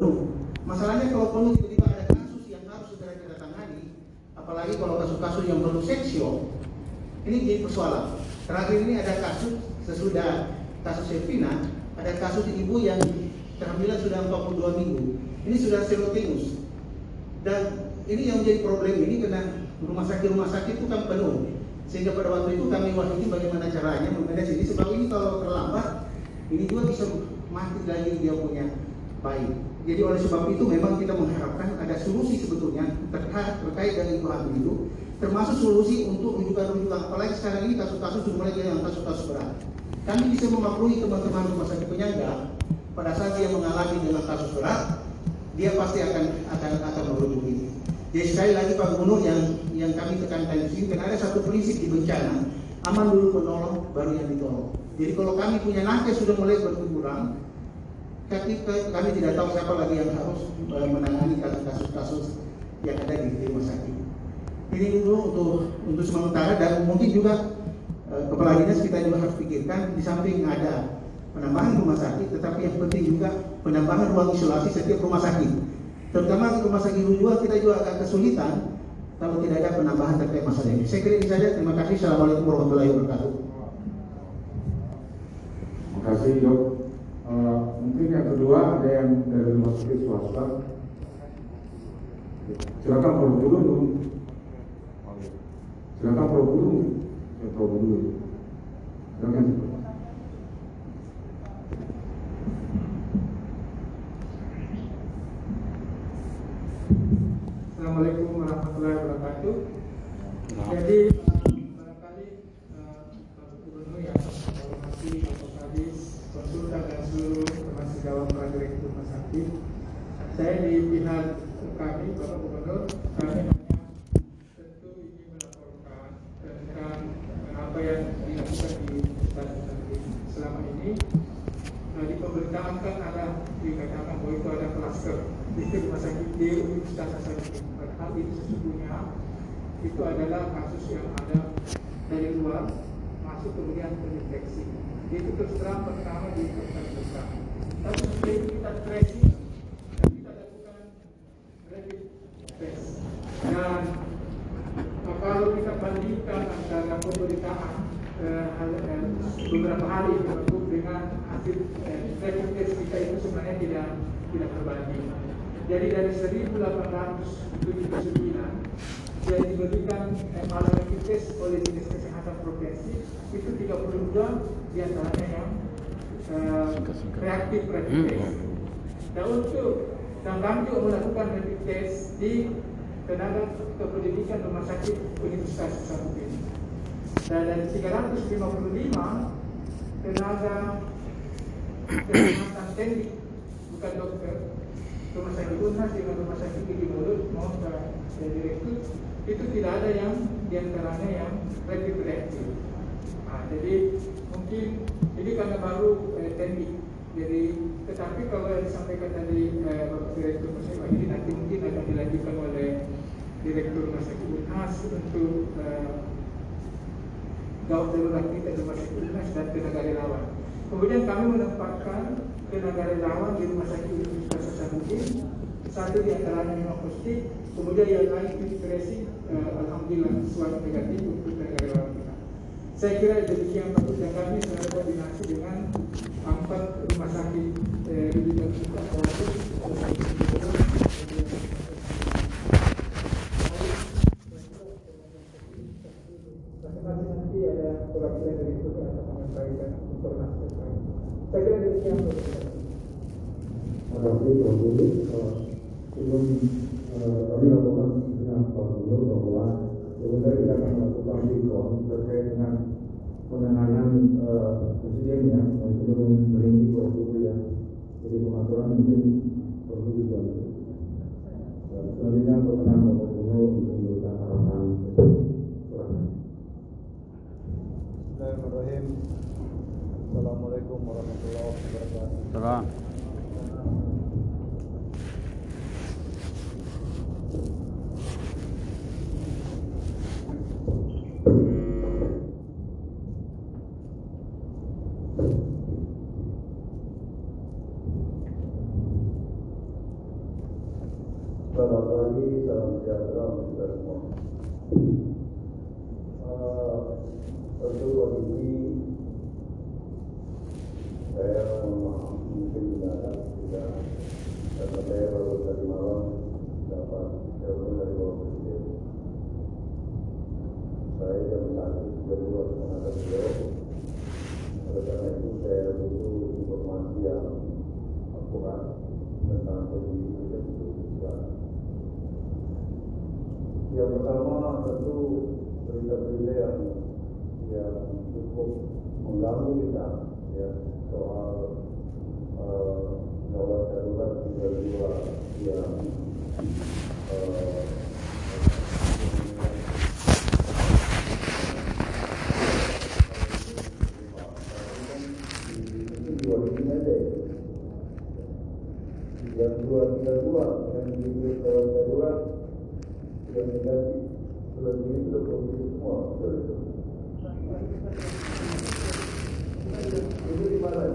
Masalahnya kalau penuh tiba-tiba ada kasus yang harus segera kita tangani, apalagi kalau kasus-kasus yang perlu seksio, ini jadi persoalan. Terakhir ini ada kasus sesudah kasus Sevina, ada kasus ibu yang kehamilan sudah 42 minggu. Ini sudah serotinus. Dan ini yang menjadi problem ini karena rumah sakit itu kan penuh. Sehingga pada waktu itu kami wahidi bagaimana caranya memanage ini, sebab ini kalau terlambat ini juga bisa mati lagi dia punya bayi. Jadi oleh sebab itu memang kita mengharapkan ada solusi sebetulnya terkait dengan ibu hamil itu, termasuk solusi untuk rujukan-rujukan, apalagi sekarang ini kasus-kasus sudah mulai yang kasus-kasus berat. Kami bisa memakluhi teman-teman rumah sakit penyangga pada saat dia mengalami dengan kasus berat, dia pasti akan merujuk ini. Jadi sekali lagi Pak Gubernur yang kami tekankan di sini, karena ada satu prinsip di bencana, aman dulu menolong, baru yang ditolong. Jadi kalau kami punya nakes sudah mulai berkurang, kami tidak tahu siapa lagi yang harus menangani kasus-kasus yang ada di rumah sakit. Ini dulu untuk sementara, dan mungkin juga kepala dinas kita juga harus pikirkan, di samping ada penambahan rumah sakit, tetapi yang penting juga penambahan ruang isolasi setiap rumah sakit. Terutama rumah sakit rujukan kita juga agak kesulitan kalau tidak ada penambahan terkait masalah ini. Saya kira ini saja. Terima kasih. Assalamualaikum warahmatullahi wabarakatuh. Terima kasih Dok. Mungkin yang kedua ada yang dari rumah sakit swasta. Silakan Prof dulu. Silakan Prof dulu. Saya Prof dulu. Silakan. Assalamualaikum warahmatullahi wabarakatuh. Jadi barangkali Pak Gubernur yang menghormati Bapak Kadis, konsultan dan seluruh termasuk Dewan Para Direktur Rumah Sakit, saya di pihak kami Bapak Gubernur, kami hanya tentu ingin melaporkan tentang apa yang dilakukan di rumah sakit selama ini. Di pemberitaan kan ada dikatakan bahwa itu ada kluster di rumah sakit di Universitas Hasanuddin. Padahal itu sesungguhnya itu adalah kasus yang ada dari luar masuk kemudian terdeteksi. Itu terus terang pertama di tempat besar. Tapi setelah itu kita tracing dan kita lakukan rapid test. Dan kalau kita bandingkan antara pemberitaan beberapa hari itu dengan hasil rapid test kita itu sebenarnya tidak berbanding. Jadi dari 1879 yang diberikan rapid test oleh Dinas Kesehatan Provinsi itu 32 diantaranya yang reaktif rapid test. Dan kami juga melakukan rapid test di tenaga kependidikan Rumah Sakit Universitas Hasanuddin. Dan dari 355 tenaga kesehatan teknik bukan dokter Rumah Sakit Unhas dengan Rumah Sakit Gigi Mulut maupun direktur itu tidak ada yang diantaranya yang rapid reaktif. Jadi mungkin ini karena baru teknik. Jadi tetapi kalau yang disampaikan tadi Bapak Direktur Rumah Sakit ini nanti mungkin akan dilanjutkan oleh Direktur Rumah Sakit Unhas untuk gawat darurat kita di Rumah Sakit Unhas dan tenaga relawan. Kemudian kami menempatkan tenaga relawan di Rumah Sakit Universitas Hasanuddin. Satu di antaranya memang positif, kemudian yang lain itu tracing, alhamdulillah suatu negatif untuk tenaga relawan kita. Saya kira demikian Pak, dan kami selalu koordinasi dengan 4 rumah sakit rujukan nanti ada perwakilan dari itu yang akan menyampaikan informasi terkait. Saya kira demikian. Terima kasih Pak Gubernur. Sebelum kami lakukan dengan Pak Gubernur bahwa sebenarnya kita akan melakukan sikon terkait dengan penanganan presiden ya, sebelum merinci prosedur ya. Jadi pengaturan mungkin perlu juga. Selanjutnya perkenan Bapak Gubernur untuk memberikan arahan. Bismillahirrahmanirrahim. Assalamualaikum warahmatullahi wabarakatuh. Salam. Selamat pagi, salam sejahtera untuk kita semua. Tentu pagi ini saya mohon maaf mungkin mendadak tidak, karena saya baru tadi malam dapat telepon dari Bapak Presiden. Saya jam 1 sudah keluar menghadap beliau. Oleh karena itu saya butuh informasi yang akurat tentang kondisi yang dibutuhkan. Yang pertama tentu berita-berita yang cukup mengganggu kita, ya, soal gawat darurat 32 yang yang 232 yang diberi gawat darurat yang negatif selebihnya itu positif semua. Itu di mana?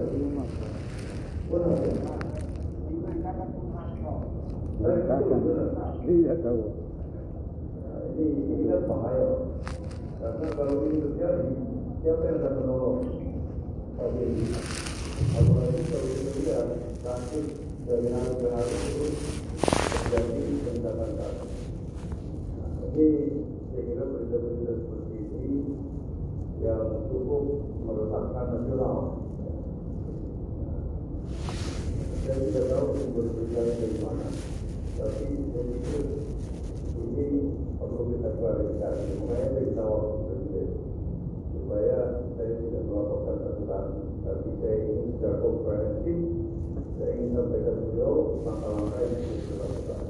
Tidak tahu. Ini kan bahaya. Karena kalau ini terjadi, siapa yang akan menolong? Apalagi kalau kita lihat kasus dari hari ke hari itu terjadi peningkatan kasus. Jadi saya kira berita-berita seperti ini yang cukup meresahkan nasional. Saya tidak tahu sumber beritanya dari mana, tapi saya pikir ini perlu kita klarifikasi. Makanya saya beritahu Presiden supaya saya tidak melaporkan satu kasus, tapi saya ingin secara komprehensif saya ingin sampaikan beliau langkah-langkah yang harus kita lakukan.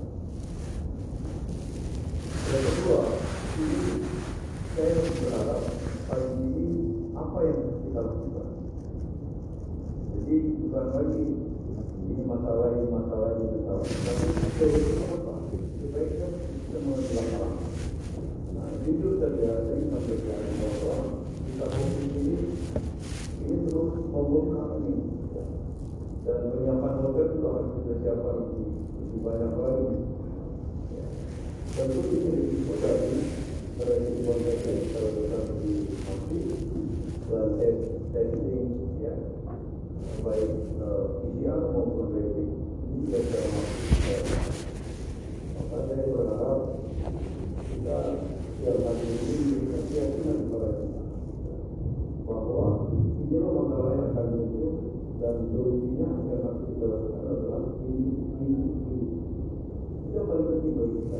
Yang kedua, saya berharap hari ini apa yang harus kita lakukan. Jadi bukan lagi ini masalah, tapi kita apa? Sebaiknya kita melakukan. Nah, jujur saja saya sampaikan bahwa kita COVID ini terus membongkar ini, dan penyiapan hotel juga harus kita siapkan lebih banyak lagi. Tentu ini diperlukan dari konteks terbesar di masjid dan testing, ya, baik PCR maupun rapid ini juga secara masif. Maka saya berharap kita yang hari ini diberikan keyakinan kepada kita bahwa inilah masalah yang akan muncul dan solusinya yang harus kita lakukan adalah ini. Itu yang paling penting bagi kita.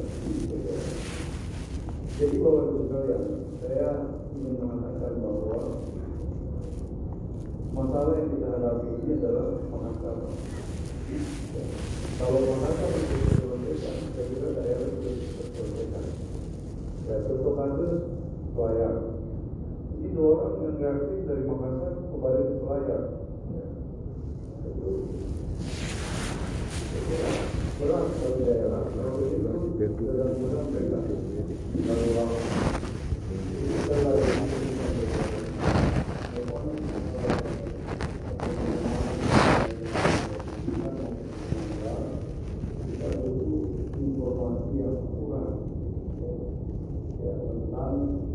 Jadi Bapak Ibu sekalian, saya ingin mengatakan bahwa masalah yang kita hadapi ini adalah mahakam. Kalau mahakam itu diselesaikan, saya kira daerah itu diselesaikan. Ya, contoh kasus Selayar. Ini 2 orang yang reaktif dari Makassar kembali ke Selayar. Itu berat bagi daerah. Kalau itu mudah-mudahan mereka kalau kita lagi informasi yang kurang ya tentang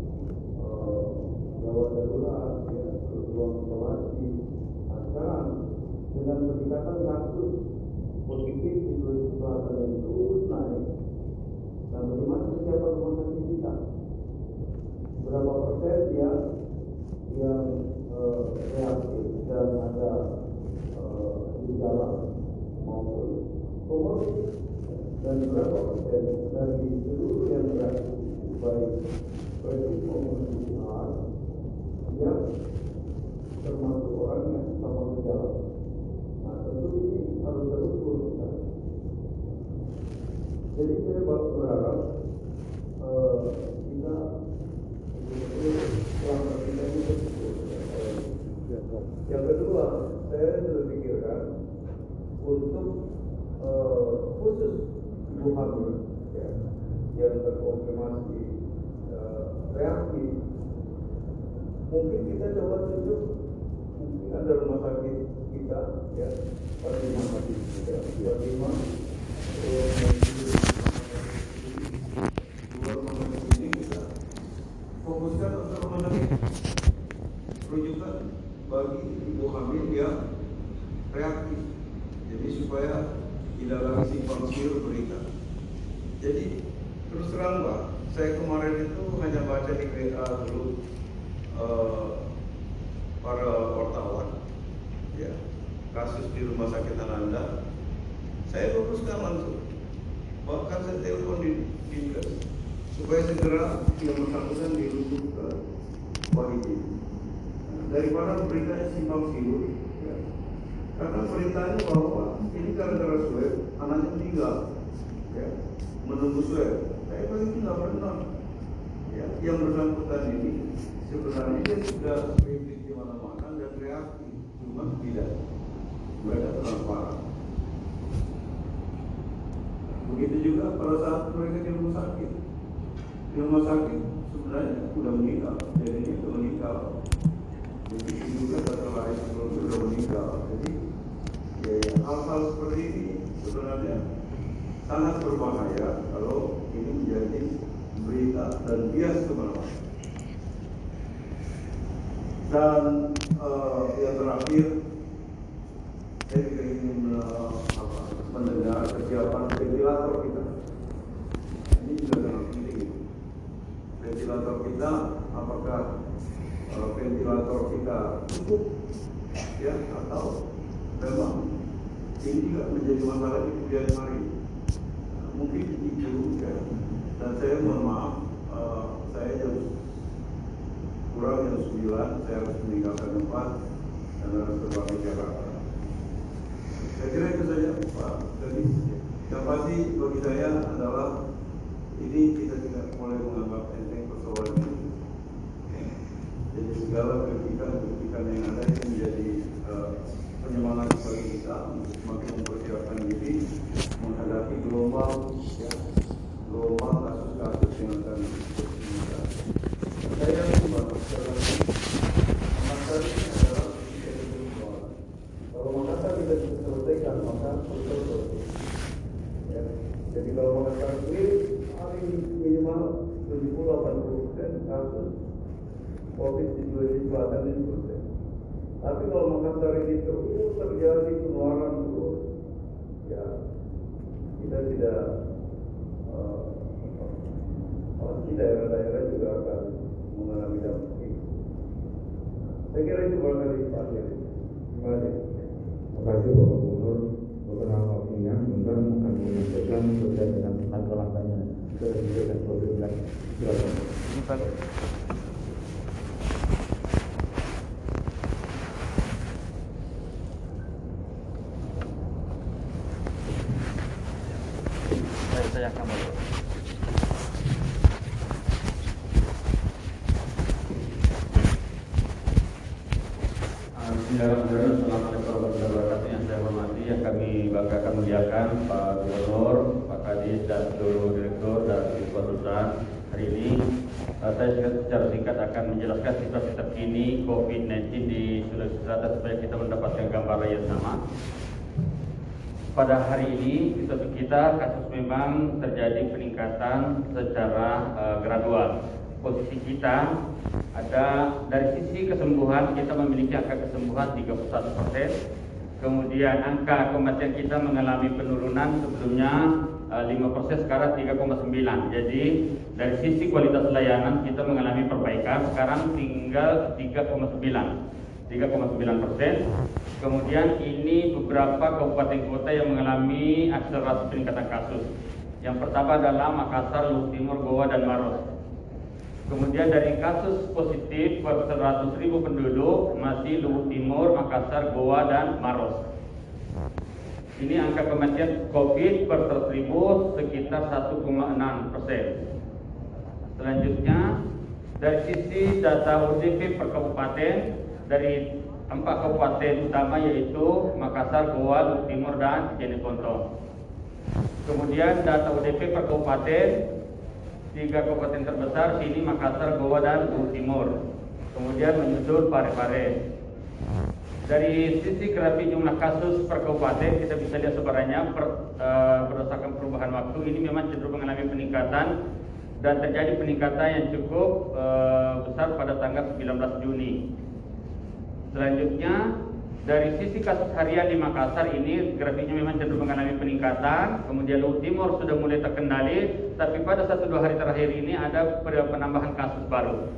gawat darurat, ya, ruang isolasi. Nah, sekarang dengan peningkatan kasus positif di Sulawesi Selatan yang terus naik, dan bagaimana kesiapan rumah sakit kita? Berapa persen yang reaktif dan ada gejala maupun komorbid, dan berapa persen dari seluruh yang reaktif baik COVID maupun PCR yang termasuk orang yang sama gejala. Nah, tentu ini harus terukur kita. Jadi saya berharap kita selama kita ini terukur. Yang kedua, saya sudah pikirkan untuk khusus ibu hamil, ya, yang terkonfirmasi reaktif, mungkin kita coba tunjuk, mungkin ada rumah sakit kita, ya, pada rumah sakit kita, 25 bagi ibu hamil yang reaktif. Jadi supaya tidak lagi simpang siur berita. Jadi terus terang Pak, saya kemarin itu hanya baca di WA dulu para wartawan, ya, kasus di rumah sakit Ananda. Saya luruskan langsung, bahkan saya telepon di Dinkes supaya segera yang bersangkutan dirujuk ke Wahidi. Daripada beritanya simpang siur, ya. Karena beritanya bahwa ini gara-gara swab anaknya meninggal, ya, menunggu swab. Saya bilang itu nggak benar. Ya, yang bersangkutan ini sebenarnya dia sudah kritik di mana-mana dan reaktif, cuma tidak mereka terlalu parah. Begitu juga pada saat mereka di rumah sakit. Di rumah sakit sebenarnya sudah meninggal, jadi itu meninggal. Begitu juga data lain sebelum sudah meninggal. Jadi ya, hal-hal seperti ini sebenarnya sangat berbahaya kalau ini menjadi berita dan bias kemana-mana. Dan yang terakhir, saya juga ingin mendengar kesiapan ventilator kita. Ini juga sangat penting. Ventilator kita, apakah ventilator kita cukup, ya, atau memang ini juga menjadi masalah di kemudian hari. Mungkin itu, ya. Dan saya mohon maaf, saya kurang jam 9, saya harus meninggalkan tempat dan harus terbang ke Jakarta. Saya kira itu saja Pak. Jadi yang pasti bagi saya adalah ini kita tidak boleh menganggap enteng persoalan ini. Jadi segala kritikan yang ada itu menjadi penyemangat bagi kita untuk semakin mempersiapkan diri menghadapi gelombang kasus-kasus yang akan terjadi. Saya cuma Makassar ini adalah persoalan. Kalau Makassar tidak bisa selesaikan, maka betul. Ya. Jadi kalau Makassar clear, paling minimal 70-80% kasus COVID di Sulawesi Selatan ini selesai. Tapi kalau Makassar ini terus terjadi penularan terus, ya kita tidak pasti daerah-daerah juga akan mengalami dampak itu. Saya kira itu barangkali Pak Yeri. Terima kasih. Terima kasih Bapak Gubernur. Beberapa waktunya sebentar akan menyampaikan terkait dengan langkah-langkahnya terkait COVID-19. Silakan. Saya akan Bismillahirrahmanirrahim. Assalamualaikum warahmatullahi wabarakatuh. Yang saya hormati, yang kami banggakan muliakan Pak Gubernur, Pak Kadis, dan seluruh direktur dan konsultan. Hari ini saya secara singkat akan menjelaskan situasi terkini COVID-19 di Sulawesi Selatan supaya kita mendapatkan gambaran yang sama. Pada hari ini situasi kita kasus memang terjadi peningkatan secara gradual. Posisi kita ada dari sisi kesembuhan, kita memiliki angka kesembuhan 31%. Kemudian angka kematian kita mengalami penurunan, sebelumnya 5%, sekarang 3,9. Jadi dari sisi kualitas layanan kita mengalami perbaikan, sekarang tinggal 3,9%. Kemudian ini beberapa kabupaten kota yang mengalami akselerasi peningkatan kasus. Yang pertama adalah Makassar, Luhut Timur, Goa, dan Maros. Kemudian dari kasus positif per 100.000 penduduk masih Luhut Timur, Makassar, Goa, dan Maros. Ini angka kematian COVID per 100.000 sekitar 1,6%. Selanjutnya dari sisi data ODP per kabupaten, dari 4 kabupaten utama yaitu Makassar, Goa, Luhut Timur, dan Jeneponto. Kemudian data ODP per kabupaten, 3 kabupaten terbesar sini Makassar, Goa, dan Luhut Timur. Kemudian menyusul Parepare. Dari sisi grafik jumlah kasus per kabupaten kita bisa lihat sebarannya berdasarkan perubahan waktu ini memang cenderung mengalami peningkatan dan terjadi peningkatan yang cukup besar pada tanggal 19 Juni. Selanjutnya, dari sisi kasus harian di Makassar ini grafiknya memang cenderung mengalami peningkatan. Kemudian Luhut Timur sudah mulai terkendali, tapi pada 1-2 hari terakhir ini ada penambahan kasus baru.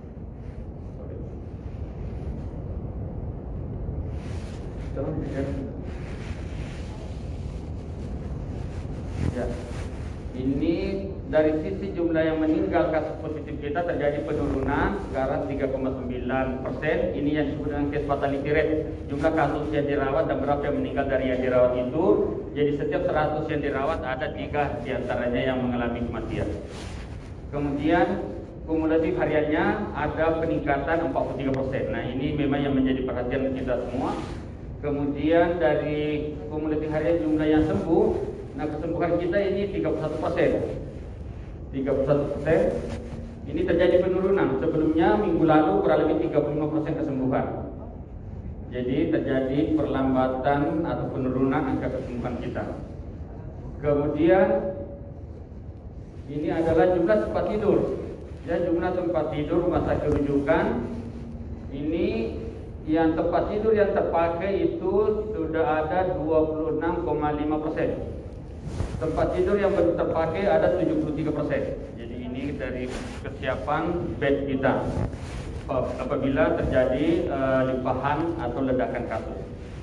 Ya. Ini dari sisi jumlah yang meninggal kasus positif kita terjadi penurunan sekarang 3,9%. Ini yang disebut dengan case fatality rate, jumlah kasus yang dirawat dan berapa yang meninggal dari yang dirawat itu. Jadi setiap 100 yang dirawat ada 3 diantaranya yang mengalami kematian. Kemudian kumulatif hariannya ada peningkatan 43%. Nah, ini memang yang menjadi perhatian kita semua. Kemudian dari kumulatif harian jumlah yang sembuh, nah kesembuhan kita ini 31%. 31%. Ini terjadi penurunan. Sebelumnya minggu lalu kurang lebih 35% kesembuhan. Jadi terjadi perlambatan atau penurunan angka kesembuhan kita. Kemudian ini adalah jumlah tempat tidur. Ya, jumlah tempat tidur rumah sakit rujukan. Ini yang tempat tidur yang terpakai itu sudah ada 26,5%. Tempat tidur yang belum terpakai ada 73%. Jadi ini dari kesiapan bed kita apabila terjadi limpahan atau ledakan kasus.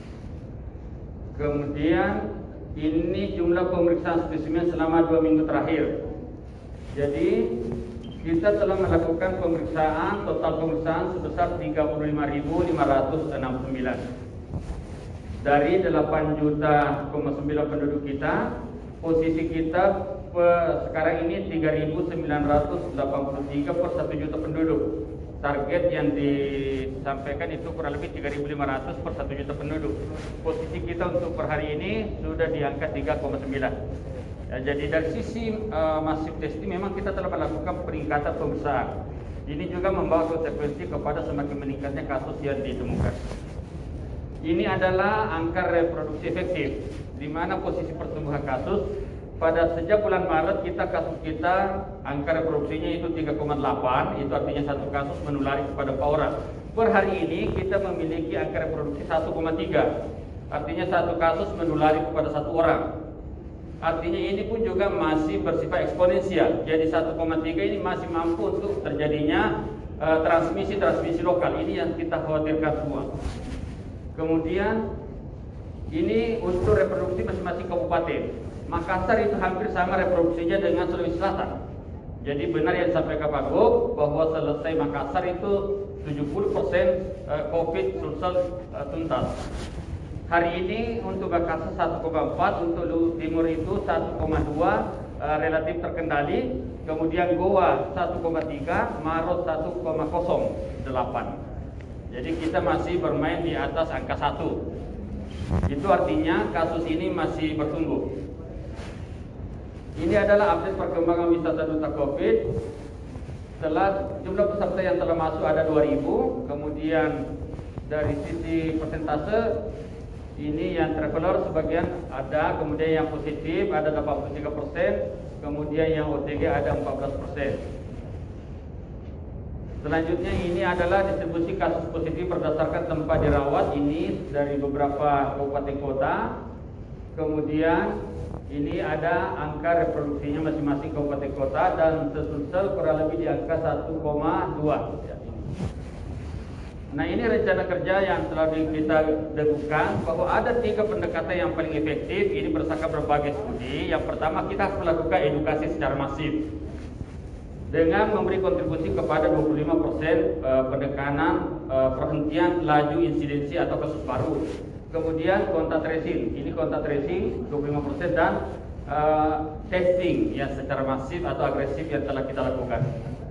Kemudian ini jumlah pemeriksaan spesimen selama 2 minggu terakhir. Jadi kita telah melakukan total pemeriksaan sebesar 35.569. Dari 8,9 penduduk kita, posisi kita sekarang ini 3.983 per 1 juta penduduk. Target yang disampaikan itu kurang lebih 3.500 per 1 juta penduduk. Posisi kita untuk per hari ini sudah di angka 3,9. Ya, jadi dari sisi masif testing memang kita telah melakukan peningkatan pemeriksaan. Ini juga membawa konsekuensi kepada semakin meningkatnya kasus yang ditemukan. Ini adalah angka reproduksi efektif, di mana posisi pertumbuhan kasus pada sejak bulan Maret kasus kita angka reproduksinya itu 3,8, itu artinya satu kasus menulari kepada 4 orang. Per hari ini kita memiliki angka reproduksi 1,3, artinya satu kasus menulari kepada 1 orang. Artinya ini pun juga masih bersifat eksponensial. Jadi 1,3 ini masih mampu untuk terjadinya transmisi lokal. Ini yang kita khawatirkan semua. Kemudian ini untuk reproduksi masing-masing kabupaten. Makassar itu hampir sama reproduksinya dengan Sulawesi Selatan. Jadi benar yang disampaikan Pak Gub bahwa selesai Makassar itu 70% COVID tuntas. Hari ini untuk Makassar 1,4, untuk Luhut Timur itu 1,2 relatif terkendali. Kemudian Goa 1,3, Maros 1,08. Jadi kita masih bermain di atas angka 1. Itu artinya kasus ini masih bertumbuh. Ini adalah update perkembangan wisata duta COVID. Setelah jumlah peserta yang telah masuk ada 2.000. Kemudian dari sisi persentase ini yang traveler sebagian ada, kemudian yang positif ada 83%, kemudian yang OTG ada 14%. Selanjutnya ini adalah distribusi kasus positif berdasarkan tempat dirawat, ini dari beberapa kabupaten kota. Kemudian ini ada angka reproduksinya masing-masing kabupaten kota dan sesusul kurang lebih di angka 1,2. Nah, ini rencana kerja yang telah kita lakukan bahwa ada 3 pendekatan yang paling efektif. Ini berdasarkan berbagai studi. Yang pertama, kita harus melakukan edukasi secara masif dengan memberi kontribusi kepada 25% penekanan perhentian laju insidensi atau kasus baru. Kemudian kontak tracing, ini kontak tracing 25% dan testing yang secara masif atau agresif yang telah kita lakukan.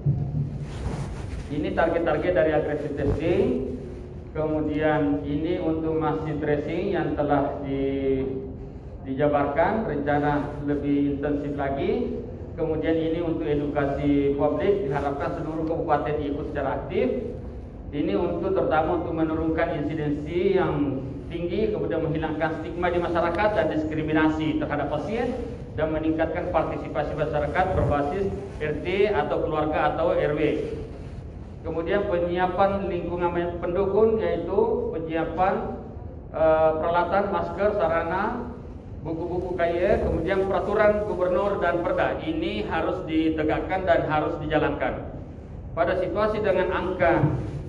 Ini target-target dari agresif testing. Kemudian ini untuk masif tracing yang telah dijabarkan, rencana lebih intensif lagi. Kemudian ini untuk edukasi publik, diharapkan seluruh kabupaten ikut secara aktif. Ini untuk terutama untuk menurunkan insidensi yang tinggi, kemudian menghilangkan stigma di masyarakat dan diskriminasi terhadap pasien, dan meningkatkan partisipasi masyarakat berbasis RT atau keluarga atau RW. kemudian penyiapan lingkungan pendukung yaitu penyiapan peralatan, masker, sarana, buku-buku KY, kemudian peraturan gubernur dan perda. Ini harus ditegakkan dan harus dijalankan. Pada situasi dengan angka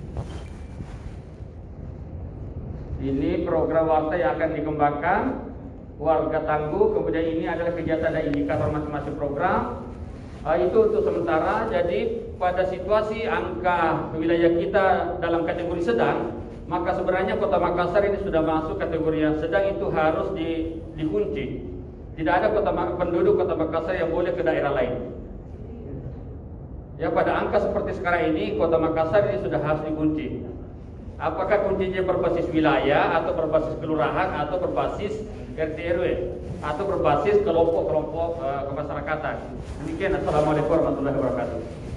ini, program warta yang akan dikembangkan warga tangguh, kemudian ini adalah kegiatan dan indikator masing-masing program. Itu untuk sementara. Jadi pada situasi angka wilayah kita dalam kategori sedang, maka sebenarnya Kota Makassar ini sudah masuk kategori yang sedang, itu harus dikunci. Tidak ada penduduk Kota Makassar yang boleh ke daerah lain. Ya, pada angka seperti sekarang ini Kota Makassar ini sudah harus dikunci. Apakah kuncinya berbasis wilayah atau berbasis kelurahan atau berbasis RT RW atau berbasis kelompok-kelompok kemasyarakatan. Demikian. Assalamualaikum warahmatullahi wabarakatuh.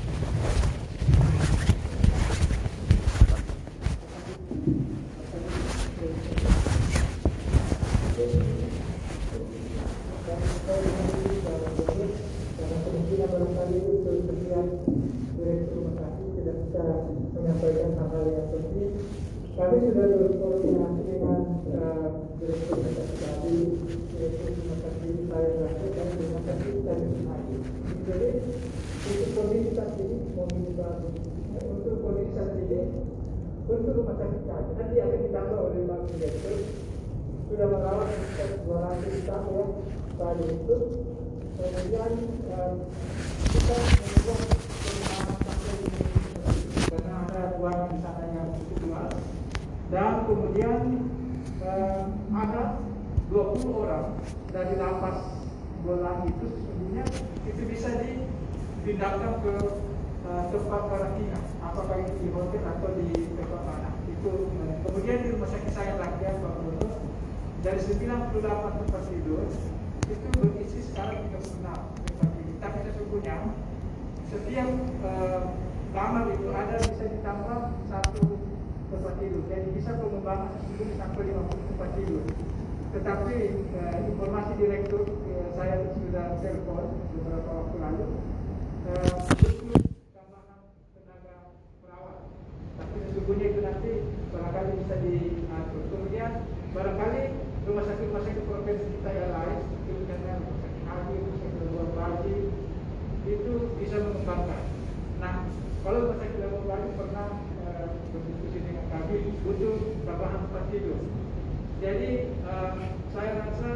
Barangkali itu sekian direktur rumah sakit tidak bisa menyampaikan hal-hal yang penting. Kami sudah berkoordinasi dengan direktur rumah sakit tadi, direktur rumah sakit saya Rasul dan rumah sakit saya Haji. Jadi untuk kondisi saat ini untuk kondisi saat ini untuk rumah sakit tadi nanti akan ditambah oleh Pak Direktur sudah merawat sekitar 200 tamu ya Pak Direktur. Kemudian kita membuat pengembangan sampai karena ada ruangan di sana yang cukup luas, dan kemudian ada 20 orang dari lapas Bolang itu sesungguhnya itu bisa dipindahkan ke tempat karantina, apakah itu di hotel atau di tempat mana itu. Kemudian di rumah sakit saya Rakyat Pak Bono dari 98 tempat tidur itu berisi sekarang 36 tempat tidur. Tapi sesungguhnya setiap kamar itu ada bisa ditambah 1 tempat tidur. Jadi bisa pengembangan sesungguhnya sampai 50 tempat tidur. Tetapi informasi direktur saya sudah telepon beberapa waktu lalu butuh tambahan tenaga perawat. Tapi sesungguhnya itu nanti barangkali bisa diatur. Kemudian barangkali rumah sakit provinsi kita yang lain seperti misalnya rumah sakit Haji, rumah sakit Labuan Bajo itu bisa mengembangkan. Nah, kalau rumah sakit Labuan Bajo pernah berdiskusi dengan kami butuh tambahan tempat tidur. Jadi saya rasa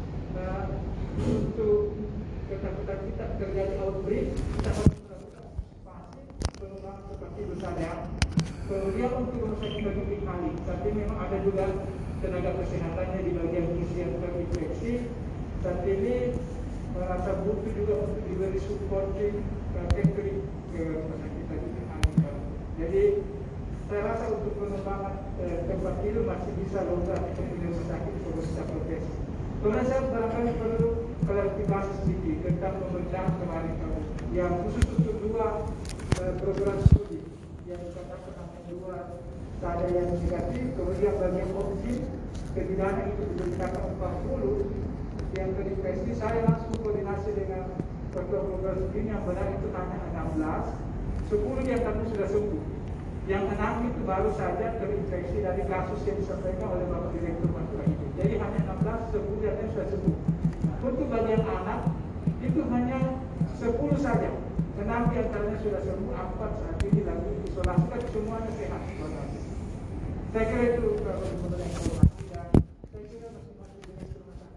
untuk ketakutan kita terjadi outbreak, kita harus melakukan pasti pengembangan tempat tidur saja. Kemudian untuk rumah sakit Bagi Kali, tapi memang ada juga tenaga kesehatannya di bagian gizi yang terinfeksi. Saat ini merasa butuh juga untuk diberi supporting catering ke rumah sakit Bagi Kali. Jadi saya rasa untuk pengembangan tempat tidur masih bisa longgar untuk rumah sakit provinsi. Kemudian saya barangkali perlu klarifikasi sedikit tentang pemerintahan kemarin yang khusus untuk 2 program studi yang dikatakan akan 2 ada yang negatif, kemudian bagian opsi kepidana itu diberitakan 40 yang terinfeksi. Saya langsung koordinasi dengan ketua program studi yang benar itu hanya 16, 10 yang kami sudah sembuh. Yang 6 itu baru saja terinfeksi dari kasus yang disampaikan oleh Bapak Direktur Matra itu. Jadi hanya 16, 10 yang sudah sembuh. Untuk bagian anak itu hanya 10 saja. 6 di antaranya sudah sembuh, 4 saat ini lagi isolasi, dan semuanya sehat. Saya kira itu benar-benar informasi dan saya kira masing-masing direktur rumah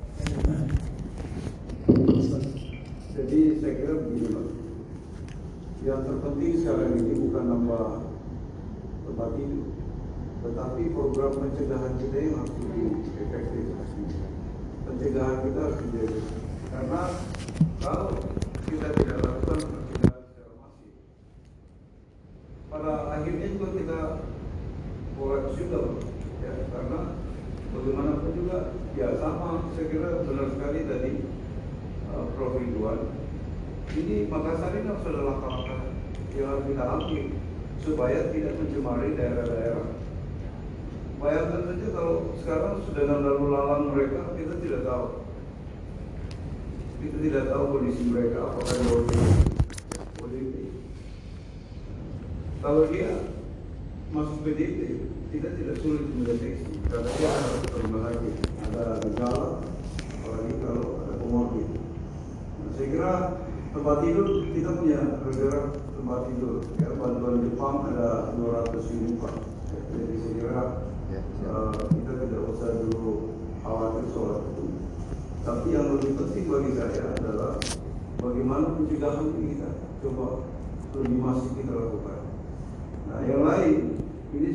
sakit. Jadi saya kira begini Pak. Yang terpenting sekarang ini bukan nambah tempat tidur, tetapi program pencegahan kita yang harus lebih efektif. Pencegahan kita harus dijaga, karena kalau kita tidak lakukan pencegahan secara masif, pada akhirnya juga kita kolaps juga, ya, karena bagaimanapun juga ya sama. Saya kira benar sekali tadi Prof. Ridwan, ini Makassar ini harus ada langkah-langkah yang harus kita ambil supaya tidak mencemari daerah-daerah. Bayangkan saja kalau sekarang sudah lalu lalang mereka, kita tidak tahu. Kita tidak tahu kondisi mereka apakah politik. kalau dia masuk PDP, kita tidak sulit mendeteksi karena dia harus ke rumah sakit, ada gejala, apalagi kalau ada komorbid. Nah, saya kira tempat tidur kita punya bergerak tempat tidur. Ya, bantuan Jepang ada 200 unit Pak. Jadi saya kira kita tidak usah dulu khawatir soal itu. Tapi yang lebih penting bagi saya adalah bagaimana pencegahan ini kita coba lebih masif kita lakukan. Nah, yang lain ini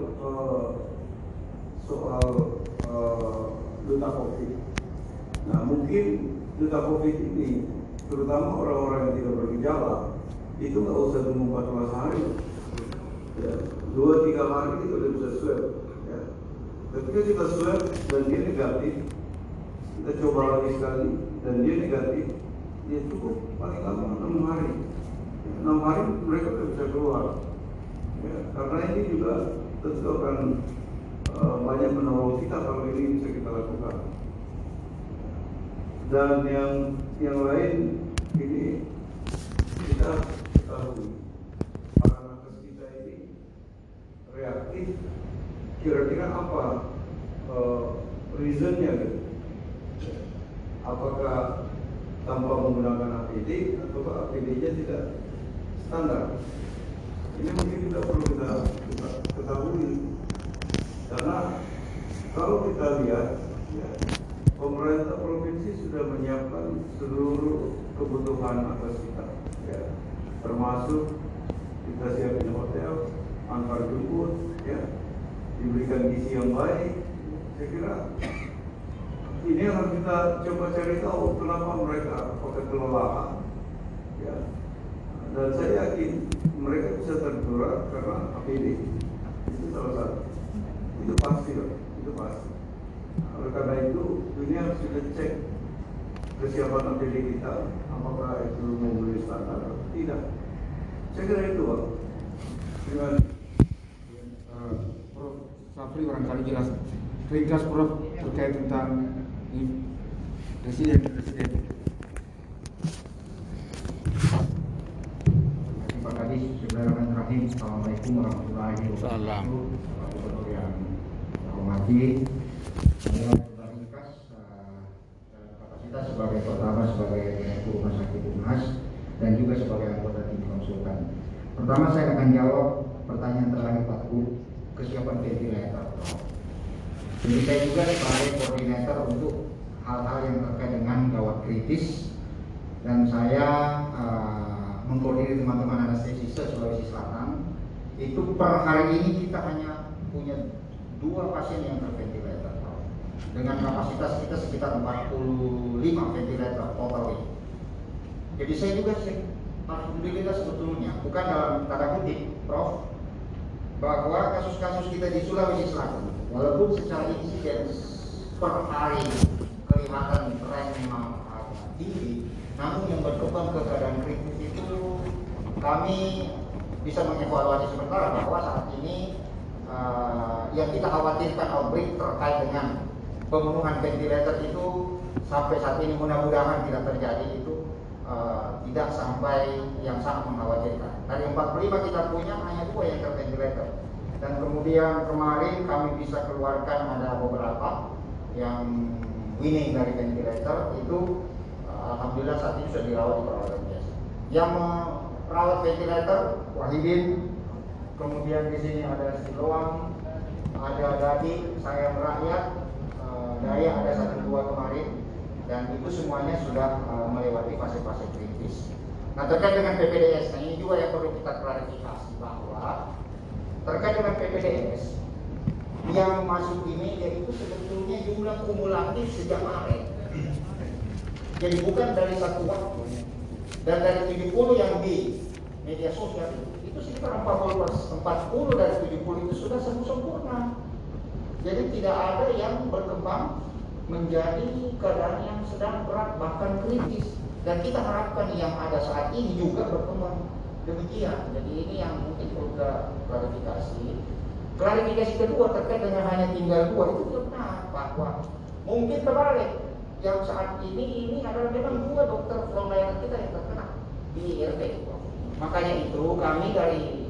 soal duta COVID. Nah, mungkin duta COVID ini terutama orang-orang yang tidak bergejala itu nggak usah tunggu 14 hari. Ya, 2-3 hari kita udah bisa swab. Ya. Ketika kita swab dan dia negatif, kita coba lagi sekali dan dia negatif, dia cukup paling lama 6 hari. 6 hari mereka sudah bisa keluar. Ya, karena ini juga tentu akan banyak menolong kita kalau ini bisa kita lakukan. Dan yang lain ini kita ketahui para nakes kita ini reaktif. Kira-kira apa reasonnya gitu? Apakah tanpa menggunakan APD atau APD-nya tidak standar? Ini mungkin kita perlu kita ketahui karena kalau kita lihat ya, pemerintah provinsi sudah menyiapkan seluruh kebutuhan atas kita ya, termasuk kita siapin hotel, antar jemput ya, diberikan gizi yang baik. Saya kira ini yang harus kita coba cari tahu kenapa mereka pakai kelelahan ya. Dan saya yakin mereka bisa tertular karena APD. Itu salah satu. Itu pasti loh, itu pasti. Oleh karena itu, ini harus kita cek kesiapan APD kita, apakah itu memenuhi standar atau tidak. Saya kira itu, Pak. Terima kasih. Prof. Safri barangkali jelas ringkas Prof terkait tentang presiden. Bismillahirrahmanirrahim. Assalamualaikum warahmatullahi wabarakatuh. Gubernur yang saya hormati, saya ringkas kapasitas sebagai pertama sebagai Direktur Rumah Sakit Unhas dan juga sebagai anggota tim konsultan. Pertama saya akan jawab pertanyaan terakhir Pak Bu, kesiapan ventilator. Jadi saya juga sebagai koordinator untuk hal-hal yang terkait dengan gawat kritis dan saya mengkoordinir teman-teman anestesista Sulawesi Selatan. Itu per hari ini kita hanya punya 2 pasien yang terventilator dengan kapasitas kita sekitar 45 ventilator total ini. Jadi saya juga alhamdulillah sebetulnya bukan dalam tanda kutip Prof, bahwa kasus-kasus kita di Sulawesi Selatan walaupun secara insiden per hari kelihatan tren memang agak tinggi, namun yang berkembang ke keadaan kritis itu kami bisa mengevaluasi sementara bahwa saat ini yang kita khawatirkan outbreak terkait dengan pemenuhan ventilator itu sampai saat ini mudah-mudahan tidak terjadi itu tidak sampai yang sangat mengkhawatirkan. Dari 45 kita punya hanya 2 yang terventilator dan kemudian kemarin kami bisa keluarkan ada beberapa yang winning dari ventilator itu. Alhamdulillah saat ini sudah dirawat di perawatan biasa. Yang merawat ventilator Wahidin, kemudian di sini ada Siloam, ada Dadi, saya merakyat, Daya ada 1-2 kemarin, dan itu semuanya sudah melewati fase-fase kritis. Nah terkait dengan PPDS, nah ini juga yang perlu kita klarifikasi bahwa terkait dengan PPDS yang masuk di media itu sebetulnya jumlah kumulatif sejak Maret. Jadi bukan dari satu waktu. Dan dari 70 yang di media sosial itu sekitar 40 dari 70 itu sudah sembuh sempurna. Jadi tidak ada yang berkembang menjadi keadaan yang sedang berat bahkan kritis. Dan kita harapkan yang ada saat ini juga berkembang demikian. Jadi ini yang mungkin perlu kita klarifikasi. Klarifikasi kedua terkait dengan hanya tinggal 2 itu tidak benar bahwa mungkin terbalik. Yang saat ini adalah memang 2 dokter layanan kita yang terkena di IRT. Makanya itu kami dari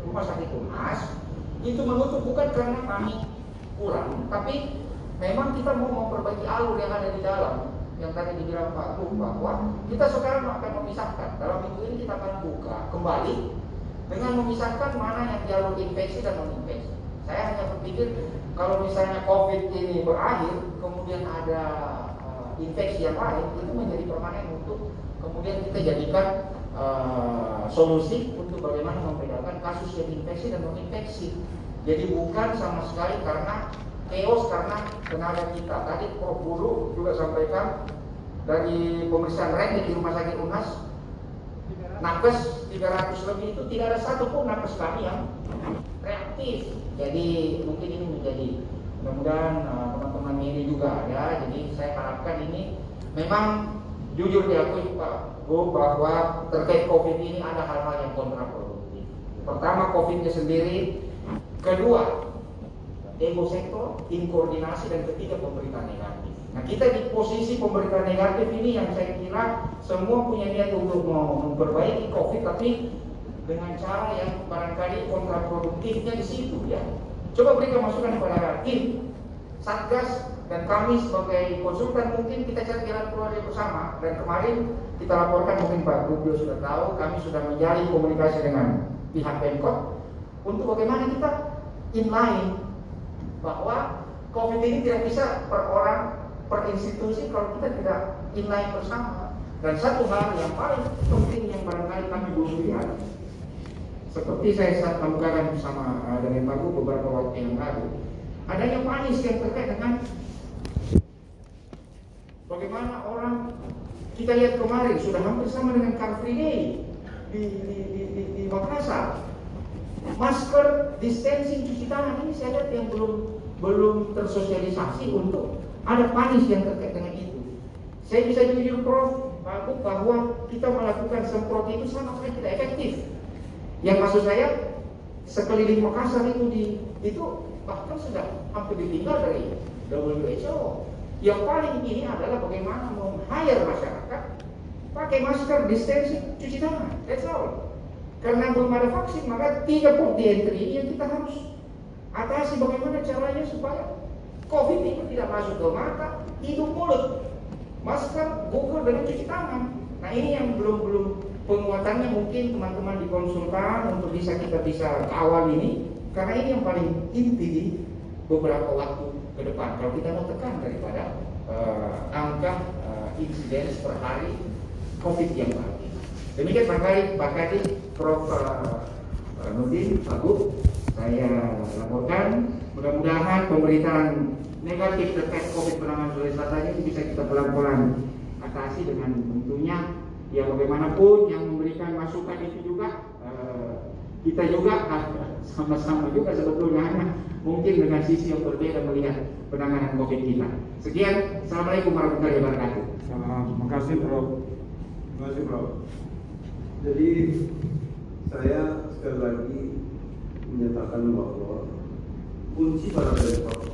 Rumah Sakit UNHAS itu menutup bukan karena kami kurang, tapi memang kita mau memperbaiki alur yang ada di dalam. Yang tadi dibilang Pak Gu bahwa kita sekarang akan memisahkan. Dalam minggu ini kita akan buka kembali dengan memisahkan mana yang jalur infeksi dan non-infeksi. Saya hanya berpikir kalau misalnya COVID ini berakhir, kemudian ada infeksi yang lain, itu menjadi permanen untuk kemudian kita jadikan solusi untuk bagaimana membedakan kasus yang infeksi dan non-infeksi. Jadi bukan sama sekali karena chaos karena tenaga kita. Tadi Prof. Buru juga sampaikan dari pemeriksaan random di Rumah Sakit UNHAS, nakes 300 lebih itu tidak ada satupun nakes kami yang reaktif. Jadi mungkin ini menjadi, mudah-mudahan teman-teman ini juga ada. Jadi saya harapkan ini memang jujur diakui Pak Gu bahwa terkait COVID ini ada hal-hal yang kontraproduktif. Pertama COVID-nya sendiri, kedua ego sektor, inkoordinasi, dan ketiga pemberitaan negatif. Nah kita di posisi pemberitaan negatif ini yang saya kira semua punya niat untuk memperbaiki COVID, tapi dengan cara yang barangkali kontraproduktifnya di situ ya. Coba berikan masukan kepada tim Satgas dan kami sebagai konsultan, mungkin kita cari jalan keluar bersama. Dan kemarin kita laporkan, mungkin Pak Rubio sudah tahu, kami sudah menjalin komunikasi dengan pihak Pemkot untuk bagaimana kita inline bahwa COVID ini tidak bisa per orang, per institusi kalau kita tidak inline bersama. Dan satu hal yang paling penting yang barangkali kami belum lihat, seperti saya saat melakukan bersama dengan Pak Gu beberapa waktu yang lalu, adanya panis yang terkait dengan bagaimana orang, kita lihat kemarin sudah hampir sama dengan Car Free Day di Makassar. Masker, distancing, cuci tangan, ini saya lihat yang belum tersosialisasi untuk ada panis yang terkait dengan itu. Saya bisa jujur Prof. Pak Gu bahwa kita melakukan semprot itu sama sekali tidak efektif. Yang maksud saya sekeliling Makassar itu bahkan sudah hampir ditinggal dari WHO. Yang paling ini adalah bagaimana meng-hire masyarakat pakai masker, distancing, cuci tangan. That's all. Karena belum ada vaksin, maka 3 port di entry ini yang kita harus atasi bagaimana caranya supaya COVID itu tidak masuk ke mata, hidung, mulut. Masker, gugur dengan cuci tangan. Nah ini yang belum penguatannya mungkin teman-teman dikonsultan untuk kita bisa kawal ini. Karena ini yang paling inti di beberapa waktu ke depan. Kalau kita mau tekan daripada angka insiden per hari COVID yang baru. Demikian barangkali Pak Kadis, Prof. Nurdin, Pak Gu, saya laporkan. Mudah-mudahan pemberitaan negatif terkait COVID penanganan Sulawesi Selatan ini bisa kita pelan-pelan atasi dengan tentunya ya bagaimanapun yang memberikan masukan itu juga kita juga sama-sama juga sebetulnya hanya mungkin dengan sisi yang berbeda melihat penanganan COVID kita. Sekian, Assalamualaikum warahmatullahi wabarakatuh. Terima kasih Prof. Terima kasih Prof. Jadi saya sekali lagi menyatakan bahwa kunci pada Pemkot.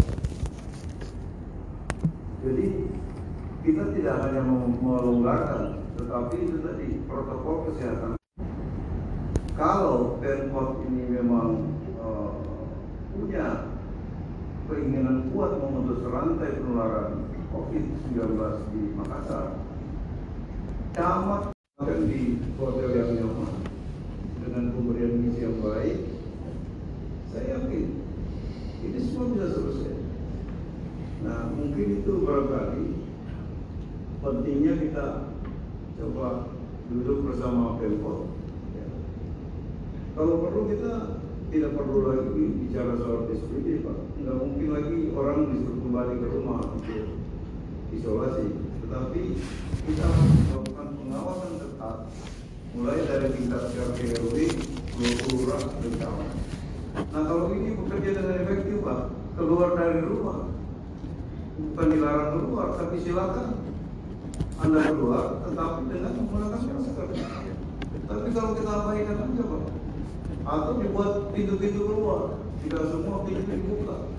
Jadi kita tidak hanya melonggarkan, tetapi itu tadi protokol kesehatan. Kalau Pemkot ini memang punya keinginan kuat memutus rantai penularan COVID-19 di Makassar, camat akan di hotel yang nyaman dengan pemberian gizi yang baik, saya yakin ini semua bisa selesai. Nah mungkin itu barangkali pentingnya kita coba duduk bersama Pemkot. Kalau perlu kita tidak perlu lagi bicara soal PSBB Pak. Nggak mungkin lagi orang disuruh kembali ke rumah untuk isolasi. Tetapi kita harus melakukan pengawasan ketat, mulai dari tingkat RT RW, lurah dan camat. Nah kalau ini bekerja dengan efektif Pak, keluar dari rumah, bukan dilarang keluar, tapi silakan Anda keluar, tetapi dengan menggunakan masker. Tapi kalau kita abaikan aja Pak, atau dibuat pintu-pintu keluar, tidak semua pintu dibuka.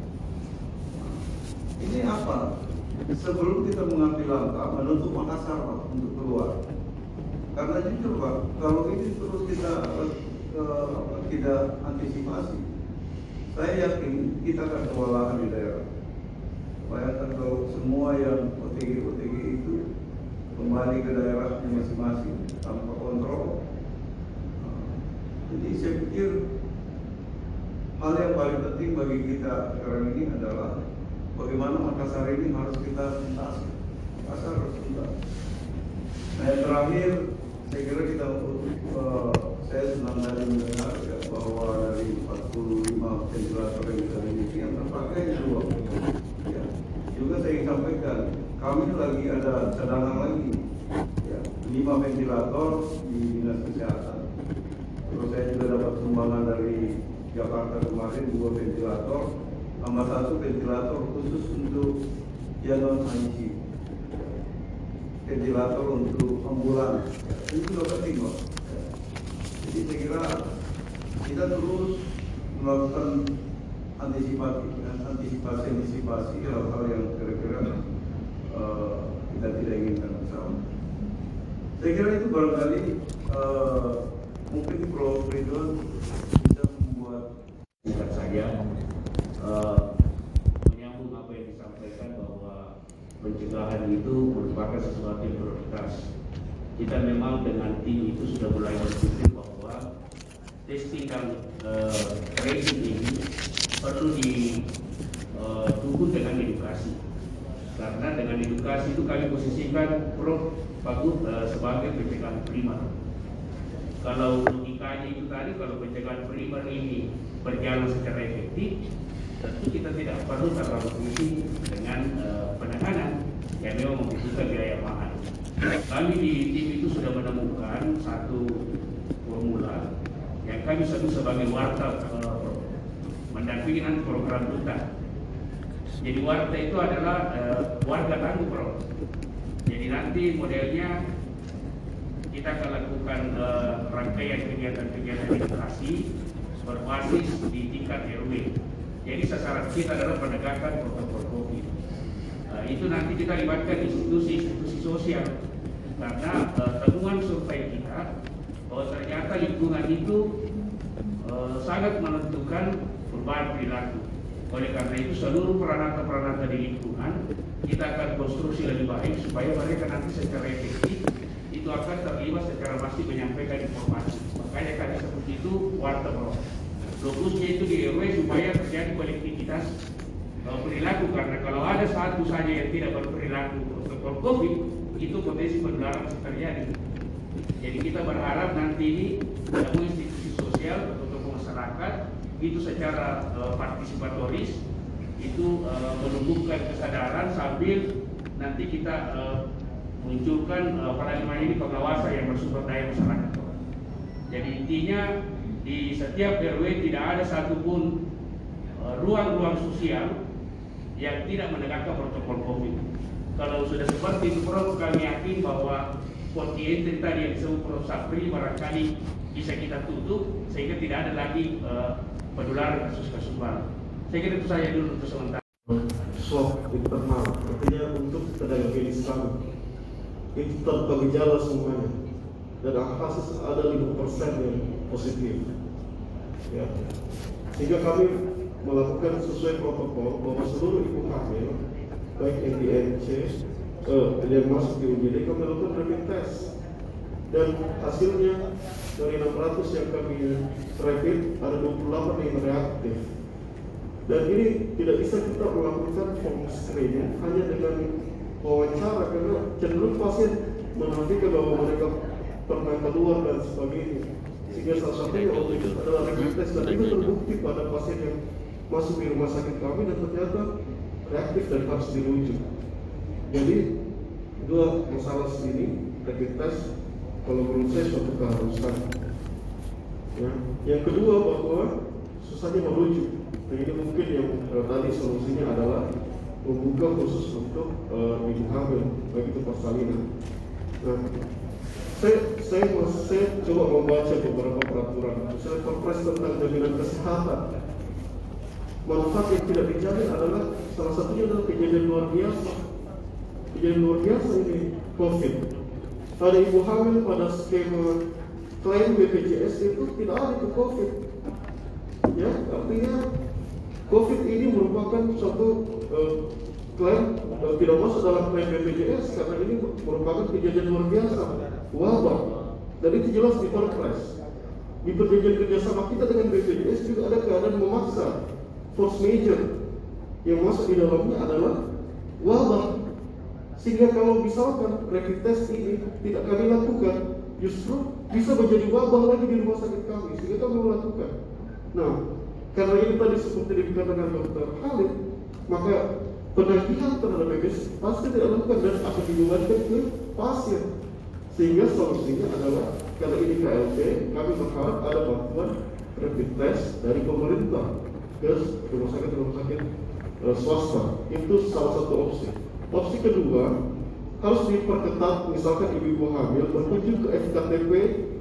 Ini apa? Sebelum kita mengambil langkah menutup Makassar Pak untuk keluar. Karena jujur Pak, kalau ini terus kita tidak antisipasi. Saya yakin kita akan kewalahan di daerah. Bayangkan kalau semua yang OTG itu kembali ke daerahnya masing-masing tanpa kontrol. Jadi saya pikir hal yang paling penting bagi kita sekarang ini adalah bagaimana Makassar ini harus kita tuntaskan. Makassar harus tuntas. Nah, yang terakhir, saya kira kita saya senang dari mendengar ya, bahwa dari 45 ventilator yang kita miliki yang terpakai hanya 2. Ya. Juga saya ingin sampaikan, kami lagi ada cadangan lagi, ya, 5 ventilator di dinas kesehatan. Terus saya juga dapat sumbangan dari Jakarta kemarin 2 ventilator, sama 1 ventilator khusus untuk yang non ICU, ventilator untuk ambulans. Ini juga penting, Pak. Jadi saya kira kita terus melakukan antisipasi hal-hal yang kira-kira kita tidak inginkan bersama. Saya kira itu barangkali mungkin Prof. Ridwan bisa membuat singkat saja menyambung apa yang disampaikan bahwa pencegahan itu merupakan sesuatu yang prioritas. Kita memang dengan tim itu sudah mulai berpikir bahwa testing dan tracing ini perlu didukung dengan edukasi. Karena dengan edukasi itu kami posisikan Prof. Bagus sebagai pencegahan primer. Kalau logikanya itu tadi, kalau pencegahan primer ini berjalan secara efektif, tentu kita tidak perlu terlalu tinggi dengan penanganan yang memang membutuhkan biaya mahal. Kami di tim itu sudah menemukan satu formula yang kami sebut sebagai warta mendampingi nanti program duta. Jadi warta itu adalah warga tangguh, Bro. Jadi nanti modelnya kita akan lakukan rangkaian kegiatan-kegiatan edukasi berbasis di tingkat RW. Jadi sasaran kita adalah penegakan protokol COVID. Itu nanti kita libatkan institusi-institusi sosial, karena temuan survei kita bahwa ternyata lingkungan itu sangat menentukan perubahan perilaku. Oleh karena itu seluruh peranata-peranata di lingkungan kita akan konstruksi lebih baik supaya mereka nanti secara efektif itu akan terlibat secara masif menyampaikan informasi. Makanya kami seperti itu warta, Bro. Fokusnya itu di RW supaya terjadi kolektivitas perilaku, karena kalau ada satu saja yang tidak berperilaku protokol COVID, itu potensi penularan bisa terjadi. Jadi kita berharap nanti ini semua institusi sosial atau masyarakat itu secara partisipatoris itu menumbuhkan kesadaran sambil nanti kita munculkan paradigma ini pengawasan yang bersumber daya masyarakat. Jadi intinya di setiap RW tidak ada satupun ruang-ruang sosial yang tidak menegakkan protokol COVID. Kalau sudah seperti itu, Prof, kami yakin bahwa kontinent tadi yang disebut Prof Sapri barangkali bisa kita tutup sehingga tidak ada lagi penularan kasus-kasus baru. Saya kira itu saja dulu untuk sementara. Swab internal, artinya untuk tenaga medis kami itu tanpa gejala semuanya, dan kasus ada 5% yang positif. Ya. Sehingga kami melakukan sesuai protokol bahwa seluruh ibu hamil baik yang di NC yang masuk di UGD kami lakukan rapid test, dan hasilnya dari 600 yang kami rapid ada 28 yang reaktif. Dan ini tidak bisa kita melakukan home screening hanya dengan wawancara, karena cenderung pasien menafikan bahwa mereka pernah keluar dan sebagainya. Sehingga salah satunya waktu itu adalah rapid test, dan itu terbukti pada pasien yang masuk di rumah sakit kami dan ternyata reaktif dan harus dirujuk. Jadi dua masalah sini, rapid test kalau menurut saya suatu keharusan. Ya. Yang kedua bahwa susahnya merujuk. Nah, ini mungkin yang tadi solusinya adalah membuka khusus untuk ibu hamil, baik itu persalinan. Nah, saya coba membaca beberapa peraturan, misalnya Perpres tentang jaminan kesehatan. Manfaat yang tidak dijamin adalah salah satunya adalah kejadian luar biasa. Kejadian luar biasa ini COVID. Ada ibu hamil pada skema klaim BPJS itu tidak ada ke COVID. Ya, artinya COVID ini merupakan suatu klaim tidak masuk dalam klaim BPJS karena ini merupakan kejadian luar biasa, wabah, dan itu jelas di Perpres. Di perjanjian kerjasama kita dengan BPJS juga ada keadaan memaksa, force major, yang masuk di dalamnya adalah wabah. Sehingga kalau misalkan rapid test ini tidak kami lakukan, justru bisa menjadi wabah lagi di rumah sakit kami, sehingga kami melakukan. Nah, karena ini tadi seperti dikatakan Dr. Khalid, maka penagihan terhadap BPJS pasti tidak lakukan dan akan dibebankan ke pasien. Sehingga solusinya adalah karena ini KLP, kami berharap ada bantuan rapid test dari pemerintah ke rumah sakit swasta. Itu salah satu opsi. Opsi kedua, harus diperketat, misalkan ibu-ibu hamil berkunjung ke FKTP,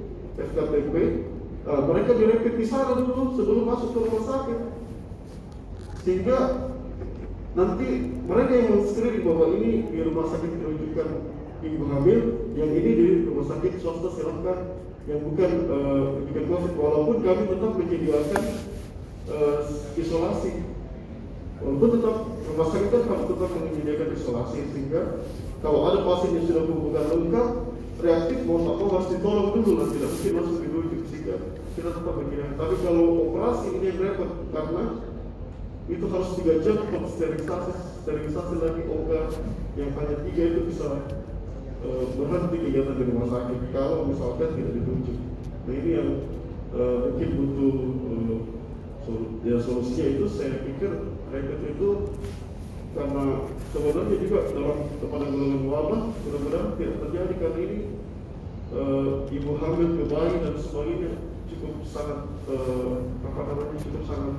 mereka direpit di sana dulu sebelum masuk ke rumah sakit, sehingga nanti mereka yang men-screening bahwa ini di rumah sakit rujukan ibu hamil, yang ini di rumah sakit swasta silahkan, yang bukan rujukan COVID, walaupun kami tetap menyediakan isolasi. Walaupun tetap rumah sakit kan harus tetap menyediakan isolasi, sehingga kalau ada pasien yang sudah hubungan lengkap, reaktif mau tak mau harus ditolong dulu lah, tidak mungkin langsung dirujuk, sehingga kita tetap menyediakan. Tapi kalau operasi ini yang repot karena itu harus 3 jam untuk sterilisasi lagi obat yang hanya 3 itu bisa berhenti kegiatan di rumah sakit kalau misalkan tidak dirujuk. Nah ini yang mungkin butuh solusinya itu saya pikir rapid itu karena sebenarnya juga dalam penanggulangan wabah mudah-mudahan tidak terjadi karena ini ibu hamil ke bayi dan sebagainya cukup sangat cukup sangat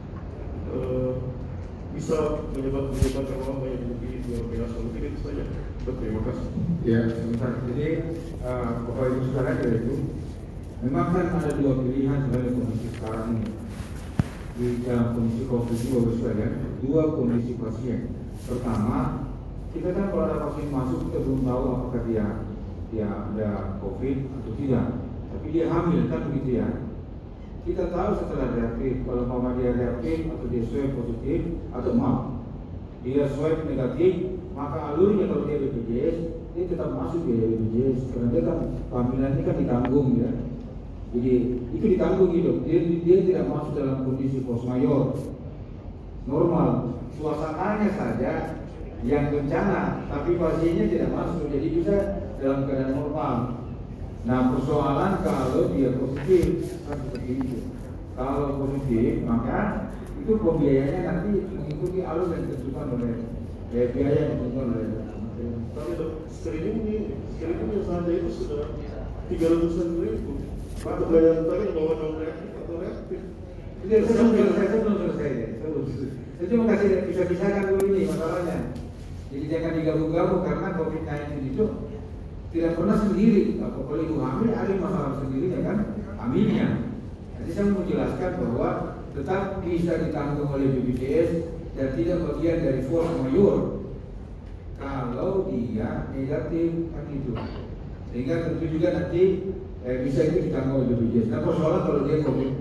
bisa menyebabkan wabah yang lebih luar biasa. Mungkin itu saja. Terima kasih. Ya, sebentar. Jadi Bapak Ibu sekalian dari itu, memang kan ada 2 pilihan sebenarnya kondisi sekarang ini. Di dalam kondisi COVID ini Bapak sekalian, 2 kondisi pasien. Pertama, kita kan kalau ada pasien masuk kita belum tahu apakah dia ada COVID atau tidak. Tapi dia hamil kan begitu ya. Kita tahu setelah reaktif, kalau mama dia reaktif atau dia swab positif atau dia swab negatif, maka alurnya kalau dia BPJS, dia tetap masuk dia BPJS karena dia kan kehamilannya kan ditanggung ya. Jadi itu ditanggung hidup. Dia tidak masuk dalam kondisi force majeure. Normal, suasananya saja yang bencana, tapi pasiennya tidak masuk, jadi bisa dalam keadaan normal. Nah persoalan kalau dia positif kan seperti itu. Kalau positif maka itu pembiayanya nanti mengikuti alur yang ditentukan oleh biaya yang ditentukan oleh. Tapi screeningnya saja itu sudah 300.000. Maka bayar tadi bahwa non reaktif atau reaktif. Saya belum selesai. Saya cuma kasih bisa-bisakan dulu ini masalahnya. Jadi jangan digabung-gabung karena COVID-19 itu tidak pernah sendiri. Kalau ibu hamil ada masalah sendiri kan hamilnya. Jadi saya mau jelaskan bahwa tetap bisa ditanggung oleh BPJS dan tidak bagian dari force majeure kalau dia negatif kan itu. Sehingga tentu juga nanti bisa itu ditanggung oleh BPJS. Nah persoalan kalau dia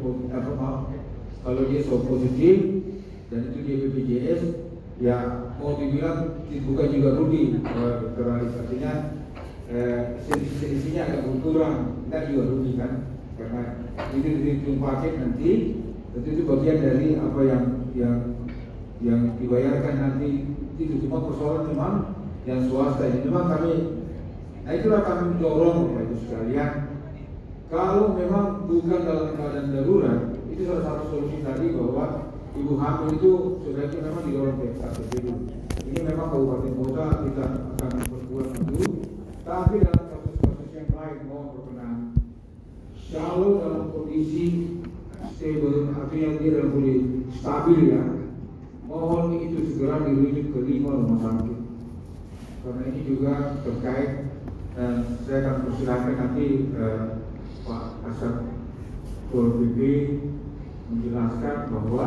kalau dia positif dan itu dia BPJS, ya mau dibilang bukan juga rugi artinya selisihnya agak berkurang, kita juga rugi kan karena itu dihitung paket nanti tentu itu bagian dari apa yang dibayarkan nanti itu. Cuma persoalan memang yang swasta ini memang kami, nah itulah kami dorong Bapak Ibu sekalian, kalau memang bukan dalam keadaan darurat itu salah satu solusi tadi bahwa ibu hamil itu sebaiknya memang didorong ke FKTP dulu. Ini memang kabupaten kota kita akan berbuat dulu, tapi dalam kasus-kasus yang lain mohon berkenan kalau dalam kondisi stable, artinya dia dalam kondisi stabil ya, mohon itu segera dirujuk ke 5 rumah sakit. Karena ini juga terkait dan saya akan persilahkan nanti Pak Kasat Pol PP menjelaskan bahwa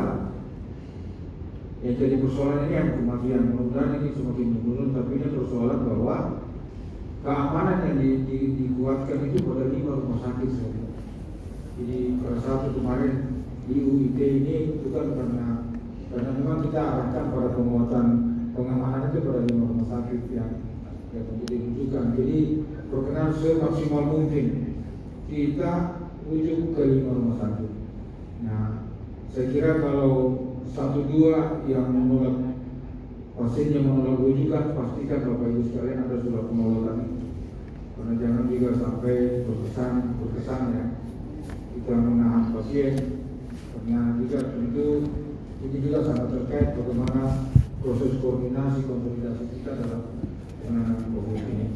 yang jadi persoalan ini yang kematian, mudah-mudahan ini semakin menurun, tapi ini persoalan bahwa keamanan yang dikuatkan itu pada 5 rumah sakit sebenarnya. Jadi pada saat kemarin di UIT ini bukan karena memang kita arahkan pada penguatan pengamanan itu pada 5 rumah sakit yang menjadi rujukan. Jadi perkenan semaksimal mungkin kita rujuk ke 5 rumah sakit. Nah, saya kira kalau 1-2 yang menolak pasien yang menolak rujukan, pastikan Bapak Ibu sekalian ada surat penolakan itu. Karena jangan juga sampai berkesan ya kita menahan pasien, karena juga tentu ini juga sangat terkait bagaimana proses koordinasi konsolidasi kita dalam penanganan COVID ini.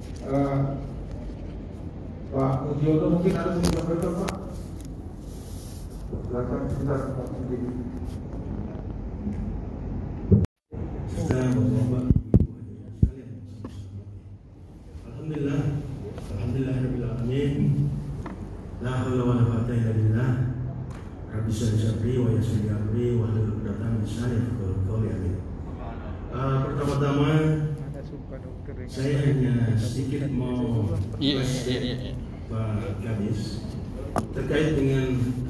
Pak Mujiono mungkin ada yang disampaikan Pak. Silakan sebentar Pak Mujiono. Alhamdulillahirrahmanirrahim. La haula wa la quwwata illa billah. Rabbi syrahli wa yassir li amri wa hlul 'uqdatam min lisani yafqahu qawli. Amin. Pertama-tama saya hanya sedikit mau Pak Kadis terkait dengan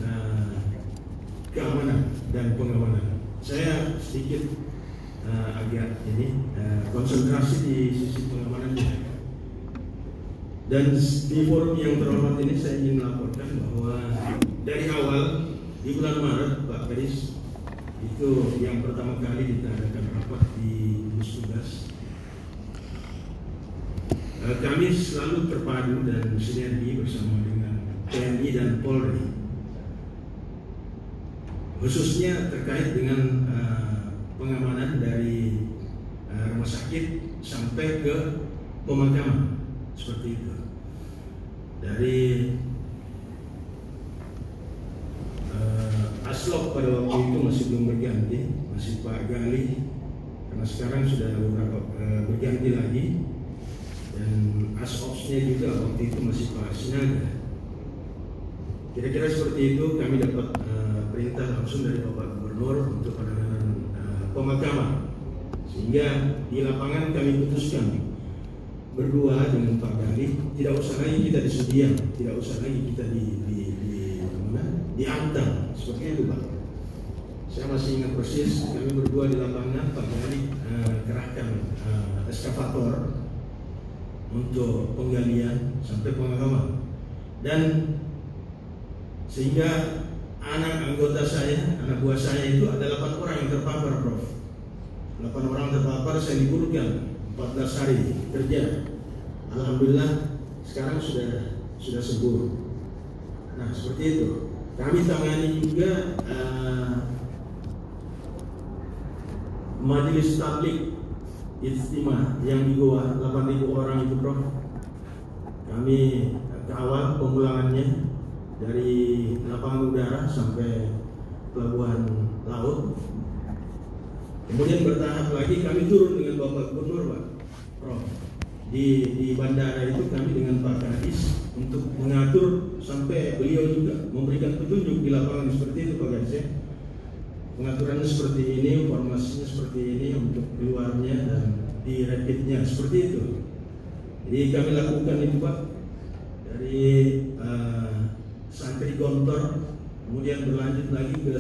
keamanan dan pengamanan. Saya sedikit agak konsentrasi di sisi pengamanannya. Dan di forum yang terhormat ini saya ingin melaporkan bahwa dari awal di bulan Maret Pak Kadis itu yang pertama kali kita adakan rapat di gugus tugas. Kami selalu terpadu dan sinergi bersama dengan TNI dan Polri, khususnya terkait dengan pengamanan dari rumah sakit sampai ke pemakaman seperti itu. Dari Aslok pada waktu itu masih belum berganti, masih Pak Gali, karena sekarang sudah beberapa berganti lagi. Dan Asopsnya juga waktu itu masih Pak Sinaga. Kira-kira seperti itu. Kami dapat perintah langsung dari Bapak Gubernur untuk penanganan pemakaman, sehingga di lapangan kami putuskan berdua dengan Pak Gali, tidak usah lagi kita di Sudiang, tidak usah lagi kita diantar seperti itu Pak. Saya masih ingat persis, kami berdua di lapangan, Pak Gali kerahkan eskavator untuk penggalian sampai pemakaman, dan sehingga anak anggota saya, anak buah saya itu ada 8 orang yang terpapar, Prof. 8 orang terpapar, saya liburkan 14 hari kerja. Alhamdulillah sekarang sudah sembuh. Nah seperti itu. Kami tangani juga majelis tablik Ijtima yang di Goa 8.000 orang itu Prof. Kami kawal pemulangannya dari lapangan udara sampai pelabuhan laut. Kemudian bertahap lagi kami turun dengan Bapak Gubernur Pak Prof. Di bandara itu kami dengan Pak Kadis untuk mengatur sampai beliau juga memberikan petunjuk di lapangan seperti itu Pak Kadis ya. Pengaturannya seperti ini, informasinya seperti ini untuk keluarnya dan di rapidnya seperti itu. Jadi kami lakukan itu Pak dari santri Gontor, kemudian berlanjut lagi ke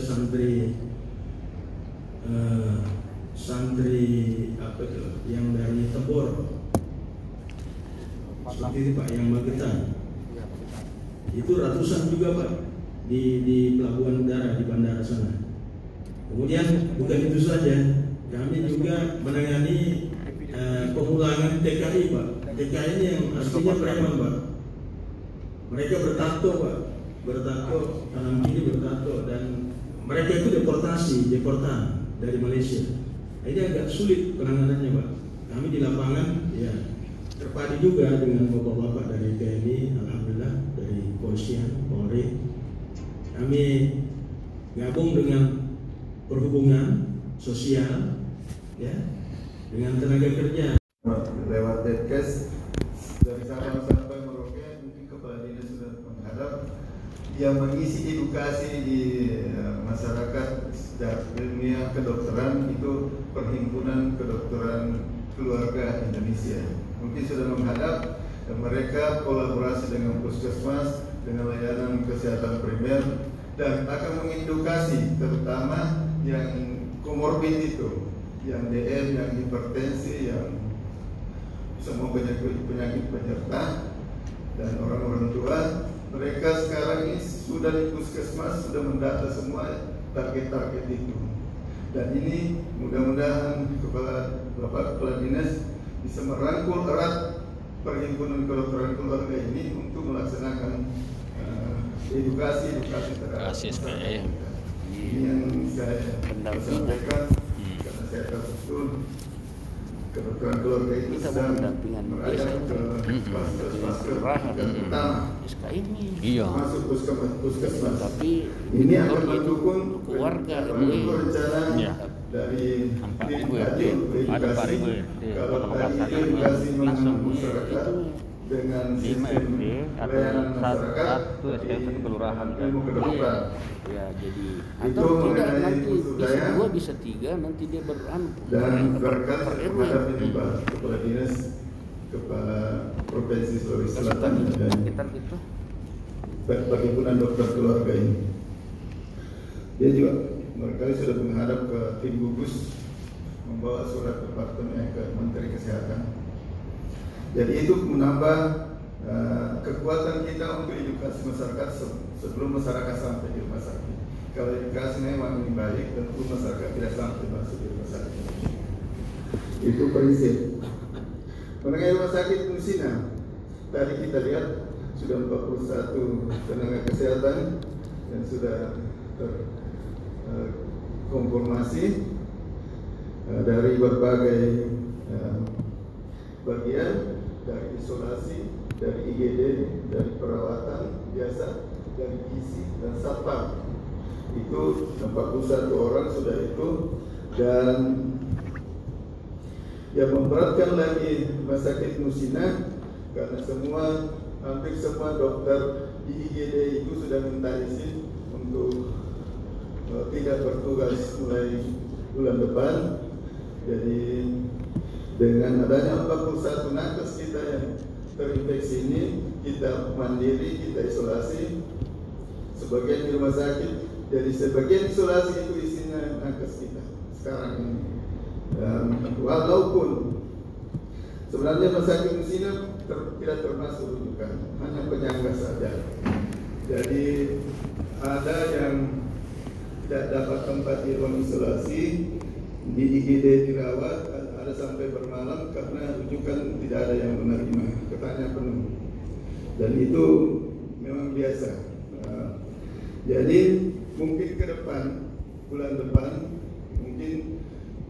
santri apa itu yang dari Tebor, seperti itu Pak, yang Magetan. Itu ratusan juga Pak di pelabuhan udara di bandara sana. Kemudian bukan itu saja, kami juga menangani pemulangan TKI Pak. TKI ini yang aslinya preman Pak. Mereka bertato Pak, bertato kanan kiri bertato, dan mereka itu deportan dari Malaysia. Ini agak sulit penanganannya Pak. Kami di lapangan ya terpadu juga dengan bapak-bapak dari TNI, alhamdulillah, dari Kepolisian, Polri. Kami gabung dengan perhubungan sosial, ya, dengan tenaga kerja. Lewat Detkes dari Sabang sampai Merauke, mungkin Kepala Dinas sudah menghadap yang mengisi edukasi di masyarakat secara ilmiah kedokteran itu Perhimpunan Kedokteran Keluarga Indonesia. mungkin sudah menghadap dan mereka kolaborasi dengan puskesmas, dengan layanan kesehatan primer dan akan mengedukasi terutama yang komorbid itu, yang DM, yang hipertensi, yang semua penyakit penyerta dan orang-orang tua. Mereka sekarang ini sudah di puskesmas sudah mendata semua target-target itu. Dan ini mudah-mudahan Bapak Kepala Dinas bisa merangkul erat perhimpunan kedokteran keluarga ini untuk melaksanakan edukasi terhadap masyarakat. Ini yang saya sampaikan karena saya tahu betul kedokteran keluarga itu sedang merayap ke fase pertama masuk puskesmas. Tapi ini akan mendukung rencana dari ada Pak Ribu kalau tadi edukasi mengenai masyarakat dengan sistem layanan masyarakat satu kelurahan ilmu kedokteran. Ya, jadi itu mengenai budaya dua bisa tiga nanti dia dan berkat kepada ini Pak Kepala Dinas Kepala Provinsi Sulawesi Selatan dan Perhimpunan Dokter Keluarga ini. Dia juga barangkali sudah menghadap ke tim gugus membawa surat departemen ke Menteri Kesehatan. Jadi itu menambah kekuatan kita untuk edukasi masyarakat sebelum masyarakat sampai di rumah sakit. Kalau edukasi memang lebih baik, tentu masyarakat tidak sampai masuk di rumah sakit. Itu prinsip. Mengenai rumah sakit Nusina, tadi kita lihat sudah 41 tenaga kesehatan yang sudah terkonfirmasi dari berbagai bagian, dari isolasi, dari IGD, dari perawatan biasa, dari gizi dan satpam. Itu 41 orang sudah itu, dan yang memberatkan lagi rumah sakit Nusina karena hampir semua dokter di IGD itu sudah minta izin untuk tidak bertugas mulai bulan depan. Jadi dengan adanya 41 nakes kita yang terinfeksi ini, kita mandiri, kita isolasi, sebagian di rumah sakit. Jadi sebagian isolasi itu isinya nakes kita sekarang ini. Walaupun sebenarnya rumah sakit Nusina tidak termasuk rujukan, hanya penyangga saja. Jadi ada yang tidak dapat tempat di ruang isolasi, di IGD dirawat, ada sampai bermalam karena rujukan tidak ada yang menerima, katanya penuh. Dan itu memang biasa. Jadi mungkin ke depan, bulan depan, mungkin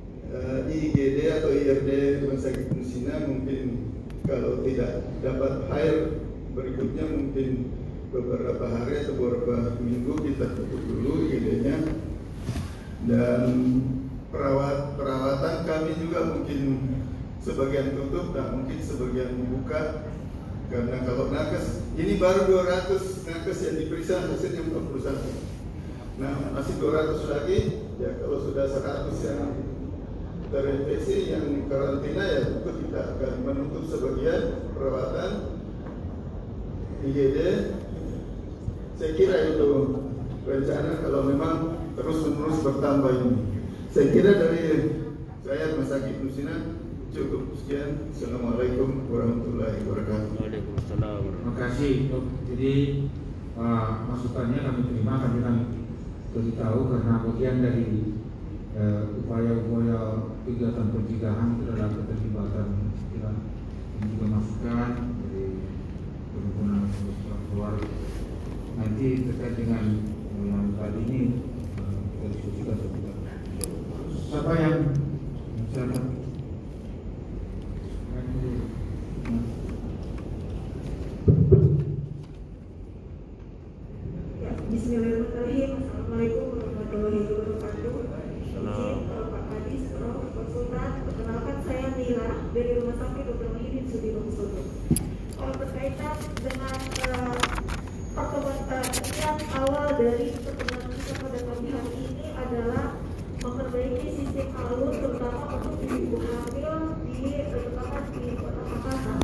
IGD atau IRD rumah sakit Nusina mungkin kalau tidak dapat air berikutnya mungkin beberapa hari atau beberapa minggu kita tutup dulu IGD-nya. Dan perawatan kami juga mungkin sebagian tutup dan mungkin sebagian buka, karena kalau nakes ini baru 200 nakes yang diperiksa, hasilnya 41. Nah masih 200 lagi ya, kalau sudah 100 yang terinfeksi yang karantina ya tentu kita akan menutup sebagian perawatan IGD. Saya kira itu rencana kalau memang terus-menerus bertambah ini. Saya kira dari saya Rumah Sakit Nusina cukup sekian. Assalamualaikum warahmatullahi wabarakatuh. Waalaikumsalam. Terima kasih. Jadi masukannya kami terima, kami akan beritahu karena bagian dari upaya-upaya kegiatan pencegahan itu adalah keterlibatan kita dan juga masukan dari perhimpunan dokter keluarga. Nanti terkait dengan yang kali ini kita diskusikan sebentar. Siapa yang silakan? Ya, bismillahirrahmanirrahim. Assalamualaikum warahmatullahi wabarakatuh. Izin Pak Kadis, Prof. Konsultan, perkenalkan saya Nila dari Rumah Sakit Dr. Muhyiddin Sudirohusodo. Berkaitan dengan pertemuan yang awal dari pertemuan kita pada pagi hari ini adalah memperbaiki sistem alur terutama untuk ibu hamil terutama di Kota Makassar.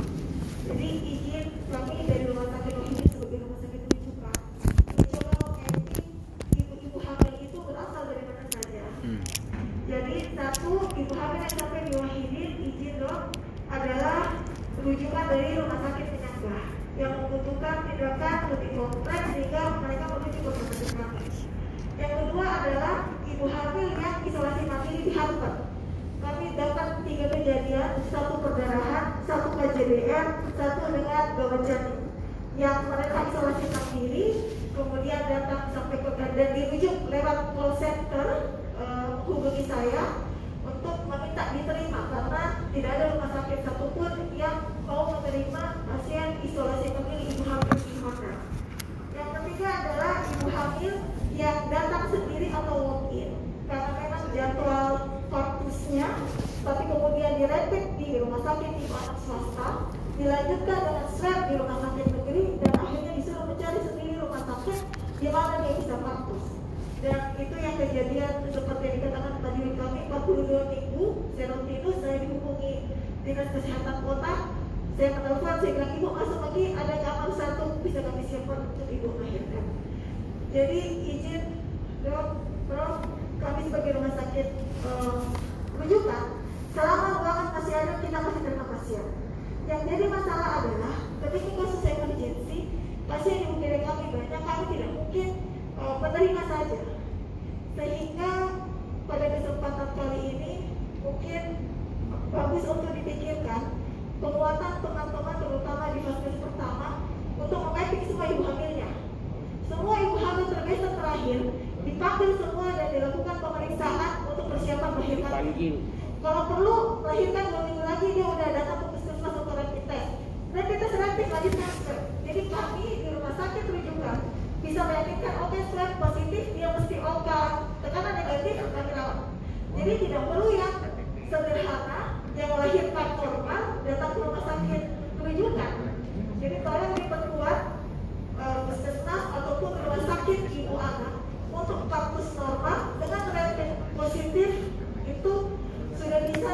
tindakan lebih kompleks sehingga mereka menuju ke rumah sakit kami. Yang kedua adalah ibu hamil yang isolasi mandiri di Harvard. Kami dapat 3 kejadian, 1 perdarahan, 1 KJBR, 1 dengan gawat janin. Yang mereka isolasi mandiri, kemudian datang sampai ke dan dirujuk lewat call center, hubungi saya untuk meminta diterima karena tidak ada rumah sakit satupun yang mau menerima pasien isolasi mandiri ibu hamil di hotel. Yang ketiga adalah ibu hamil yang datang sendiri atau walk-in karena memang jadwal korpusnya, tapi kemudian direpit di rumah sakit ibu anak swasta, dilanjutkan dengan swab di rumah sakit negeri, dan akhirnya disuruh mencari sendiri rumah sakit di mana dia bisa korpus. Dan itu yang kejadian seperti yang dikatakan tadi kami 42 minggu serotinus. Saya dihubungi dinas kesehatan kota, saya menelpon, saya bilang ibu masuk lagi ada kamar 1 bisa kami siapkan untuk ibu melahirkan. Jadi izin Prof, kami sebagai rumah sakit rujukan selama ruangan masih ada kita masih terima pasien. Yang jadi masalah adalah ketika kasus emergency pasien yang UGD kami banyak, kami tidak mungkin menerima saja, sehingga pada kesempatan kali ini mungkin bagus untuk dipikirkan penguatan teman-teman terutama di fase pertama untuk memapping semua ibu hamilnya. Semua ibu hamil terbiasa terakhir dipanggil semua dan dilakukan pemeriksaan untuk persiapan melahirkan. Kalau perlu melahirkan 2 minggu lagi dia udah datang ke puskesmas untuk rapid test. Rapid test lagi transfer. Jadi kami di rumah sakit rujukan bisa meyakinkan oke swab positif dia mesti OK, tekanan negatif kami rawat. Jadi tidak perlu yang sederhana yang melahirkan normal datang ke rumah sakit rujukan. Jadi tolong diperkuat puskesmas ataupun rumah sakit ibu anak untuk korpus normal dengan rapid positif itu sudah bisa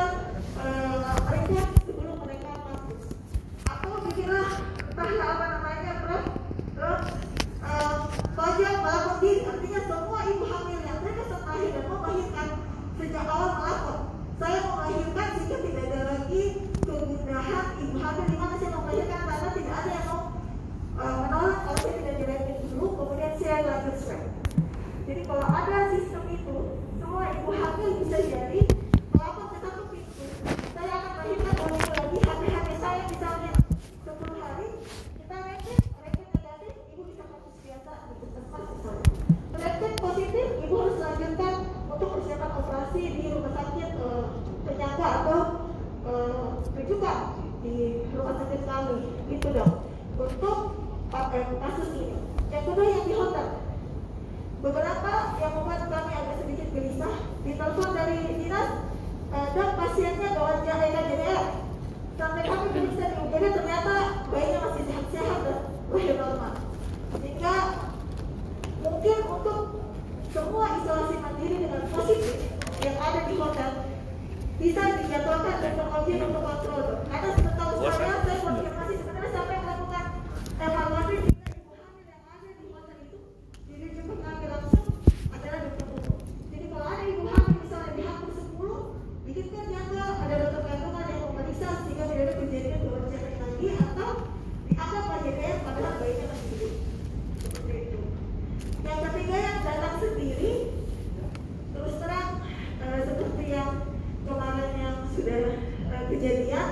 terperiksa sebelum mereka masuk. Atau bikinlah entahlah apa namanya Prof, pajak melapor diri, artinya semua ibu hamil yang mereka setahun dan mau melahirkan sejak awal melapor. Saya mau melahirkan sehingga tidak ada lagi kegundahan ibu hamil di mana saya mau melahirkan karena tidak ada yang mau menolak kalau saya tidak direpit dulu, kemudian saya lanjut swab. Jadi kalau ada sistem itu, semua ibu hamil bisa jadi melapor ke 1 pintu. Saya akan melahirkan 2 minggu lagi, hamil saya misalnya 10 hari, kita rapid negatif, ibu bisa korpus biasa di puskesmas misalnya. Rapid positif, ibu harus lanjutkan untuk persiapan operasi di rumah sakit penyangga atau rujukan di rumah sakit kami. Itu dong untuk kasus ini. Yang kedua yang di hotel, beberapa yang membuat kami agak sedikit gelisah, ditelepon dari dinas dan pasiennya gawat KJBR. Sampai kami periksa di UGD ternyata bayinya masih sehat-sehat dan lahir normal. Sehingga mungkin untuk semua isolasi mandiri dengan positif yang ada di hotel bisa dijadwalkan dan pengujian untuk kontrol. Karena setahu saya konfirmasi sebenarnya sampai melakukan evaluasi sehingga ibu hamil yang ada di hotel itu dirujuk ke kami langsung adalah dokter umum. Jadi kalau ada ibu hamil misalnya di hampir 10, bikinkan jadwal ada dokter kandungan yang memeriksa sehingga tidak ada kejadian gawat janin lagi atau dianggap KJBR padahal bayinya masih hidup. Seperti itu. Yang ketiga yang datang sendiri, terus terang seperti yang kemarin yang sudah kejadian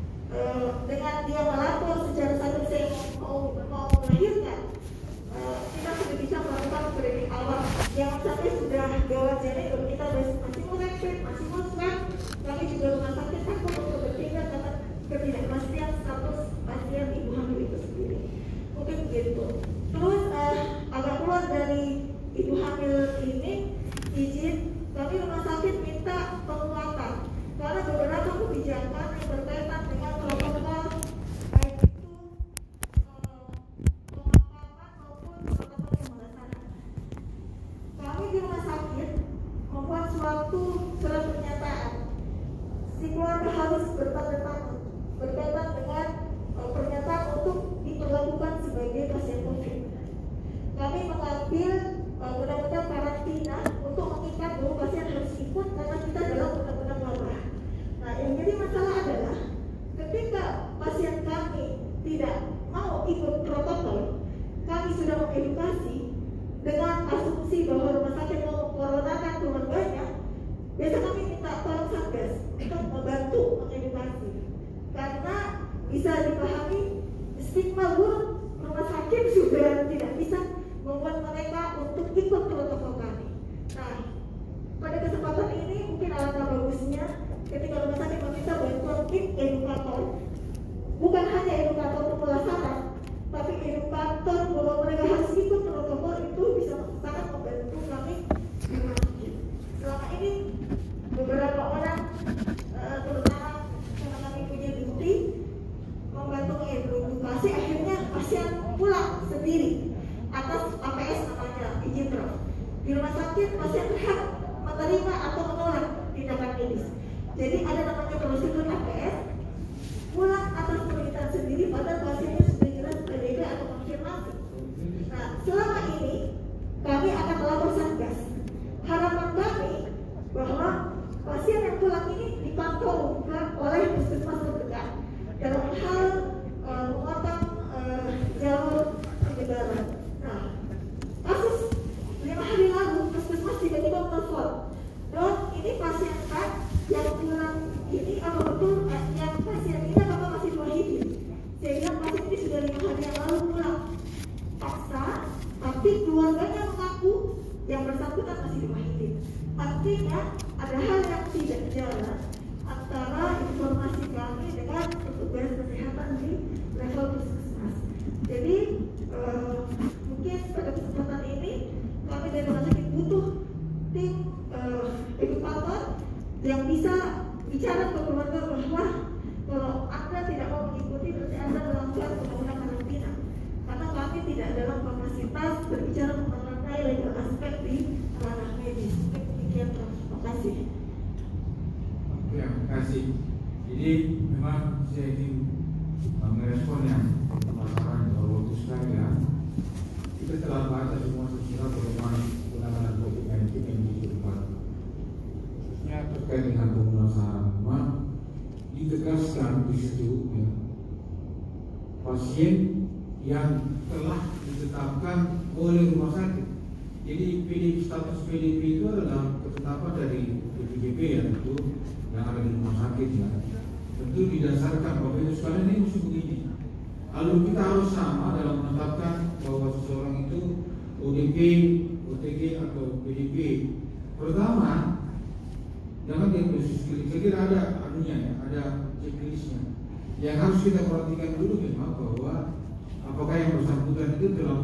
dengan dia melapor secara sadar saya mau melahirkan, kita sudah bisa melakukan screening awal. Jangan sampai sudah gawat janin kita masih mau rapid, masih mau swab, kami juga rumah sakit takut untuk bertindak karena ketidakpastian status pasien ibu hamil itu sendiri. Mungkin begitu. Terus agak keluar dari ibu hamil ini, izin kami rumah sakit minta penguatan karena beberapa kebijakan yang berkaitan dengan protokol baik itu pemakaman maupun protokol yang melaksanakan. Kami di rumah sakit membuat suatu surat pernyataan. Si keluarga harus bertanda tangan berkaitan dengan pernyataan untuk diperlakukan sebagai pasien COVID. Kami mengambil undang-undang karantina untuk mengikat bahwa pasien harus ikut karena kita mau ikut protokol, kami sudah mengedukasi dengan asumsi bahwa rumah sakit mau mengkoronakan keluarganya. Biasa kami minta tolong Satgas untuk membantu mengedukasi, karena bisa dipahami stigma buruk rumah sakit juga tidak bisa membuat mereka untuk ikut protokol kami. Nah, pada kesempatan ini mungkin alangkah bagusnya ketika rumah sakit meminta bantuan tim edukator, bukan hanya edukator pemulasaran, tapi edukator bahwa mereka harus ikut protokol, itu bisa sangat membantu kami di rumah sakit. Selama ini beberapa orang, terutama karena kami punya bukti, membantu mengedukasi, akhirnya pasien pulang sendiri atas APS namanya izin Prof. Di rumah sakit pasien berhak menerima atau menolak tindakan medis. Jadi ada namanya prosedur APS, pulang atas permintaan sendiri padahal pasiennya sudah jelas PDP atau konfirmasi. Nah, selama ini kami akan melapor Satgas. Harapan kami bahwa pasien yang pulang ini dipantau oleh puskesmas terdekat dalam hal memotong jalur penyebaran. Nah, kasus 5 hari lalu puskesmas tiba-tiba menelpon, "Dok, ini pasien kan yang pulang ini apa betul yang pasien ini apakah masih positif?" Saya bilang pasien ini sudah 5 hari yang lalu pulang paksa, tapi keluarganya mengaku yang bersangkutan masih positif. Artinya ada hal yang tidak jalan antara informasi kami dengan petugas kesehatan di level puskesmas. Jadi mungkin pada kesempatan ini kami dari rumah sakit butuh tim edukator yang bisa bicara ke keluarga bahwa kalau Anda tidak mau mengikuti berarti Anda melanggar undang-undang karantina, karena kami tidak dalam kapasitas berbicara mengenai legal aspek di ranah medis. Demikian, terima kasih. Ya, terima kasih. Jadi memang saya ingin merespon yang masalah bahwa sekali ya, kita telah baca semua sesuatu bagaimana penanganan COVID-19 yang dilakukan. Khususnya terkait dengan pemulasaran, memang ditegaskan di situ ya, pasien yang telah ditetapkan oleh rumah sakit. Jadi status PDP itu adalah ketetapan dari BPJP ya, itu yang ada di rumah sakit ya. Tentu didasarkan bahwa itu sekalian ini mesti begini. Lalu kita harus sama dalam menetapkan bahwa seseorang itu ODP, OTG atau PDP. Pertama, jangan diagnosis klinik. Saya kira ada anunya ya, ada checklistnya. Yang harus kita perhatikan dulu memang bahwa apakah yang bersangkutan itu telah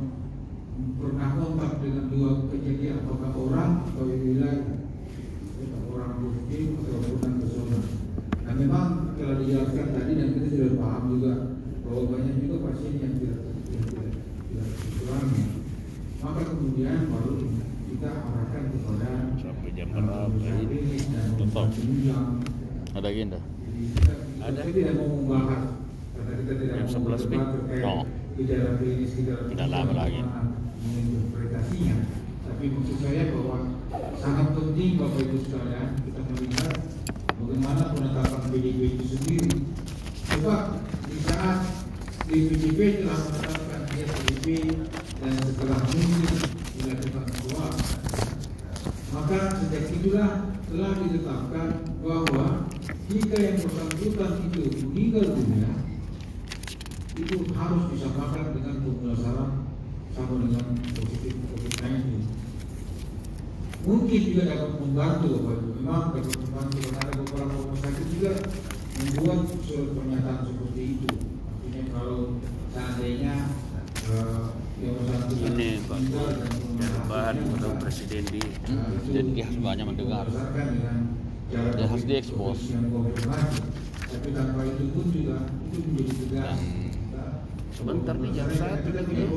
pernah kontak dengan 2 kejadian, apakah orang atau wilayah, orang positif atau orang personal. Nah, memang telah dijelaskan tadi dan kita sudah paham juga bahwa banyak juga pasien yang tidak dikurangi. Maka kemudian baru kita arahkan kepada sampai jam berapa ini? Ada agenda? Ada. Kita tidak mau membahas karena kita tidak jam 11 terkait gejala klinis tidak lama lagi. Menginterpretasinya. Tapi maksud saya bahwa sangat penting Bapak Ibu sekalian kita melihat bagaimana penetapan PDP itu sendiri. Sebab di saat BPJP telah menetapkan dia PDP dan setelah mungkin dilakukan keluar, maka sejak itulah telah ditetapkan bahwa jika yang bersangkutan itu meninggal dunia, itu harus disamakan dengan pemulasaran sama dengan positif COVID-19. Mungkin juga dapat membantu Bapak Ibu, memang dapat membantu karena ada beberapa rumah sakit juga membuat surat pernyataan seperti itu. Artinya kalau seandainya yang bersangkutan ini Pak, bahan untuk presiden di jadi dia harus banyak mendengar, dia harus diekspos. Tapi tanpa itu pun juga itu menjadi tegas. Sebentar nih jam 1 lagi ya.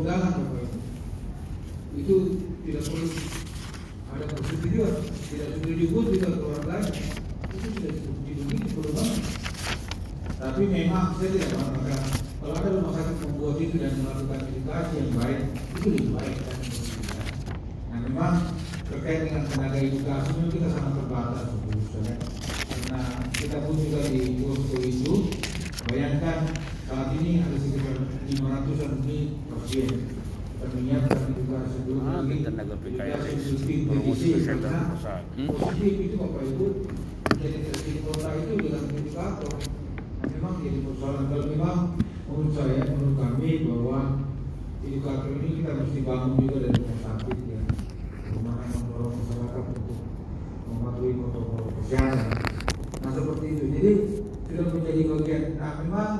Itu tidak perlu ada persetujuan, tidak setuju pun tidak keluarganya. Itu sudah seperti begitu perlu banget. Tapi memang saya tidak mengatakan kalau ada rumah sakit membuat itu dan melakukan edukasi yang baik, itu lebih baik. Nah memang terkait dengan tenaga edukasi memang kita sangat terbatas, karena kita pun juga di posko itu bayangkan saat ini ada sekitar 500-an lebih pasien. Terminyak kami juga sebelum lagi positif itu Bapak Ibu. Jadi testing kota itu dengan indikator memang jadi persoalan. Kalau memang menurut saya, menurut kami bahwa indikator ini kita mesti bangun juga dari rumah sakit ya, bagaimana mendorong masyarakat untuk mematuhi protokol kesehatan. Nah seperti itu, jadi sudah menjadi bagian. Nah memang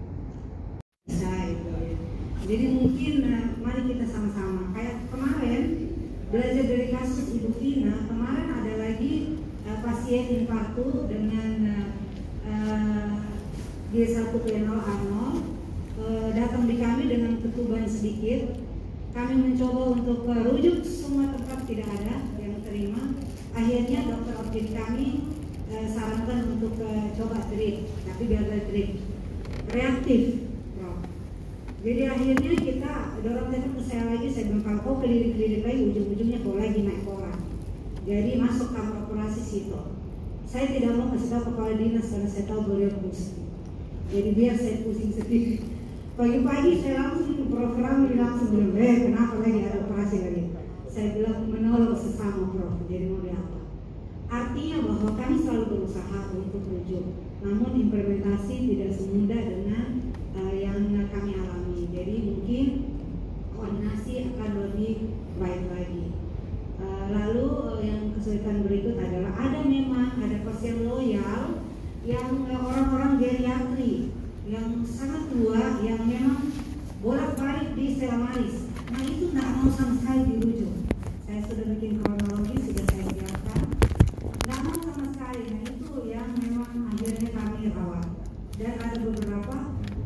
jadi mungkin mari kita sama-sama kayak kemarin belajar dari kasus Ibu Vina. Kemarin ada lagi pasien infarktus dengan G1-PNL-A0 datang di kami dengan ketuban sedikit. Kami mencoba untuk rujuk semua tempat, tidak ada yang terima. Akhirnya dokter objek kami sarankan untuk coba drip, tapi gagal drip, reaktif. Jadi akhirnya kita dorong telepon ke saya lagi, saya bilang kalau kau keliling-keliling lagi ujung-ujungnya kau lagi naik koran. Jadi masuk kamar operasi situ. Saya tidak mau kasih tahu kepala dinas karena saya tahu beliau pusing. Jadi biar saya pusing sendiri. Pagi-pagi saya langsung program langsung bilang, kenapa lagi ada operasi lagi? Saya bilang menolong sesama Prof. Jadi mau apa? Artinya bahwa kami selalu berusaha untuk rujuk. Namun implementasi tidak semudah dengan yang kami alami. Jadi mungkin koordinasi akan lebih baik lagi. Lalu yang kesulitan berikut adalah ada pasien loyal yang orang-orang geriatri yang sangat tua yang memang bolak-balik di Stella Maris. Nah itu nggak mau sama sekali dirujuk. Saya sudah bikin kronologi, sudah saya jelaskan. Nggak mau sama sekali. Nah itu yang memang akhirnya kami rawat. Dan ada beberapa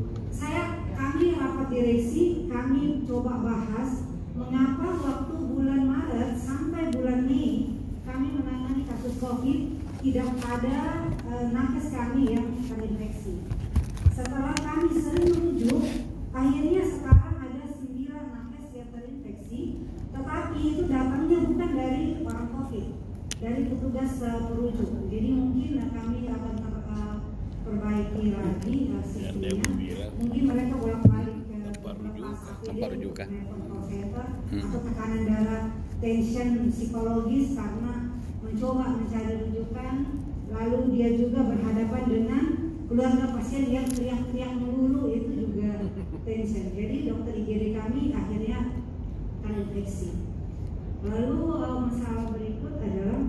kami rapat direksi, kami coba bahas mengapa waktu bulan Maret sampai bulan Mei kami menangani kasus COVID tidak ada nakes kami yang terinfeksi. Setelah kami sering merujuk, akhirnya sekarang ada 9 nakes yang terinfeksi, tetapi itu datangnya bukan dari orang COVID, dari petugas perujuk. Jadi mungkin kami akan perbaiki lagi sistemnya. Mungkin mereka bolak-balik ke tempat rujukan atau tekanan darah, tension psikologis karena mencoba mencari rujukan. Lalu dia juga berhadapan dengan keluarga pasien yang teriak-teriak melulu, itu juga tension. Jadi dokter IGD kami akhirnya terinfeksi. Lalu masalah berikut adalah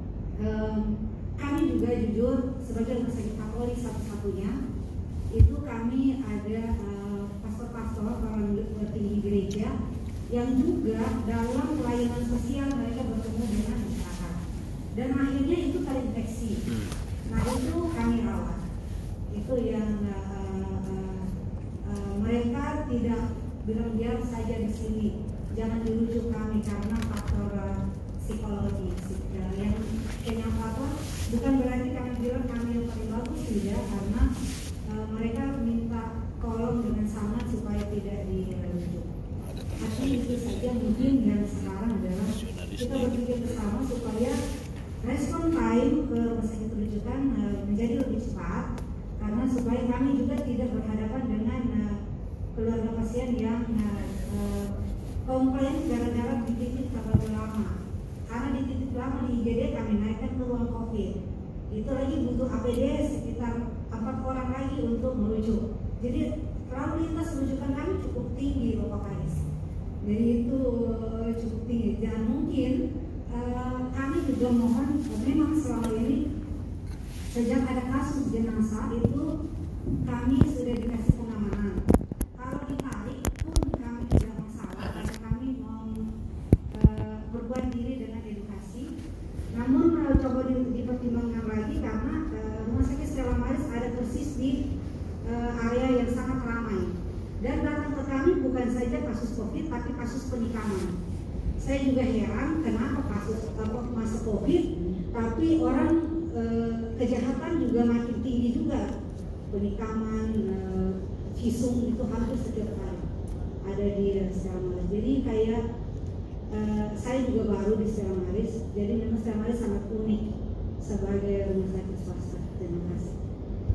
kami juga jujur sebagai rumah sakit Kapolri satu-satunya itu kami ada pastor-pastor orang petinggi gereja yang juga dalam pelayanan sosial mereka bertemu dengan masyarakat dan akhirnya itu terinfeksi. Nah itu kami rawat. Itu yang mereka tidak bilang biar saja di sini, jangan dirujuk kami karena faktor psikologi. Yang kenyataan bukan berarti kami bilang kami yang paling bagus, tidak, karena mereka minta tolong dengan sangat supaya tidak dirujuk. Artinya itu saja mungkin yang sekarang adalah kita berpikir bersama supaya respon time ke rumah sakit rujukan menjadi lebih cepat, karena supaya kami juga tidak berhadapan dengan keluarga pasien yang komplain gara-gara di titik terlalu lama. Karena di titik lama di IGD kami naikkan ke ruang COVID, itu lagi butuh APD sekitar 4 orang lagi untuk merujuk. Jadi lalu lintas rujukan kami cukup tinggi Bapak Kadis. Jadi itu cukup tinggi. Dan mungkin kami juga mohon, memang selama ini sejak ada kasus jenazah itu kami sudah dikasih pengamanan. Kalau ditarik pun kami tidak masalah karena kami mau berbuat diri dengan edukasi. Namun coba dipertimbangkan lagi karena rumah sakit Stella Maris ada persis di area yang sangat ramai dan datang ke kami bukan saja kasus COVID tapi kasus penikaman. Saya juga heran kenapa kasus masa COVID tapi orang kejahatan juga makin tinggi juga, penikaman, visum itu hampir setiap hari ada di Stella Maris. Jadi kayak saya juga baru di Stella Maris, jadi memang Stella Maris sangat unik sebagai rumah sakit swasta. Terima kasih.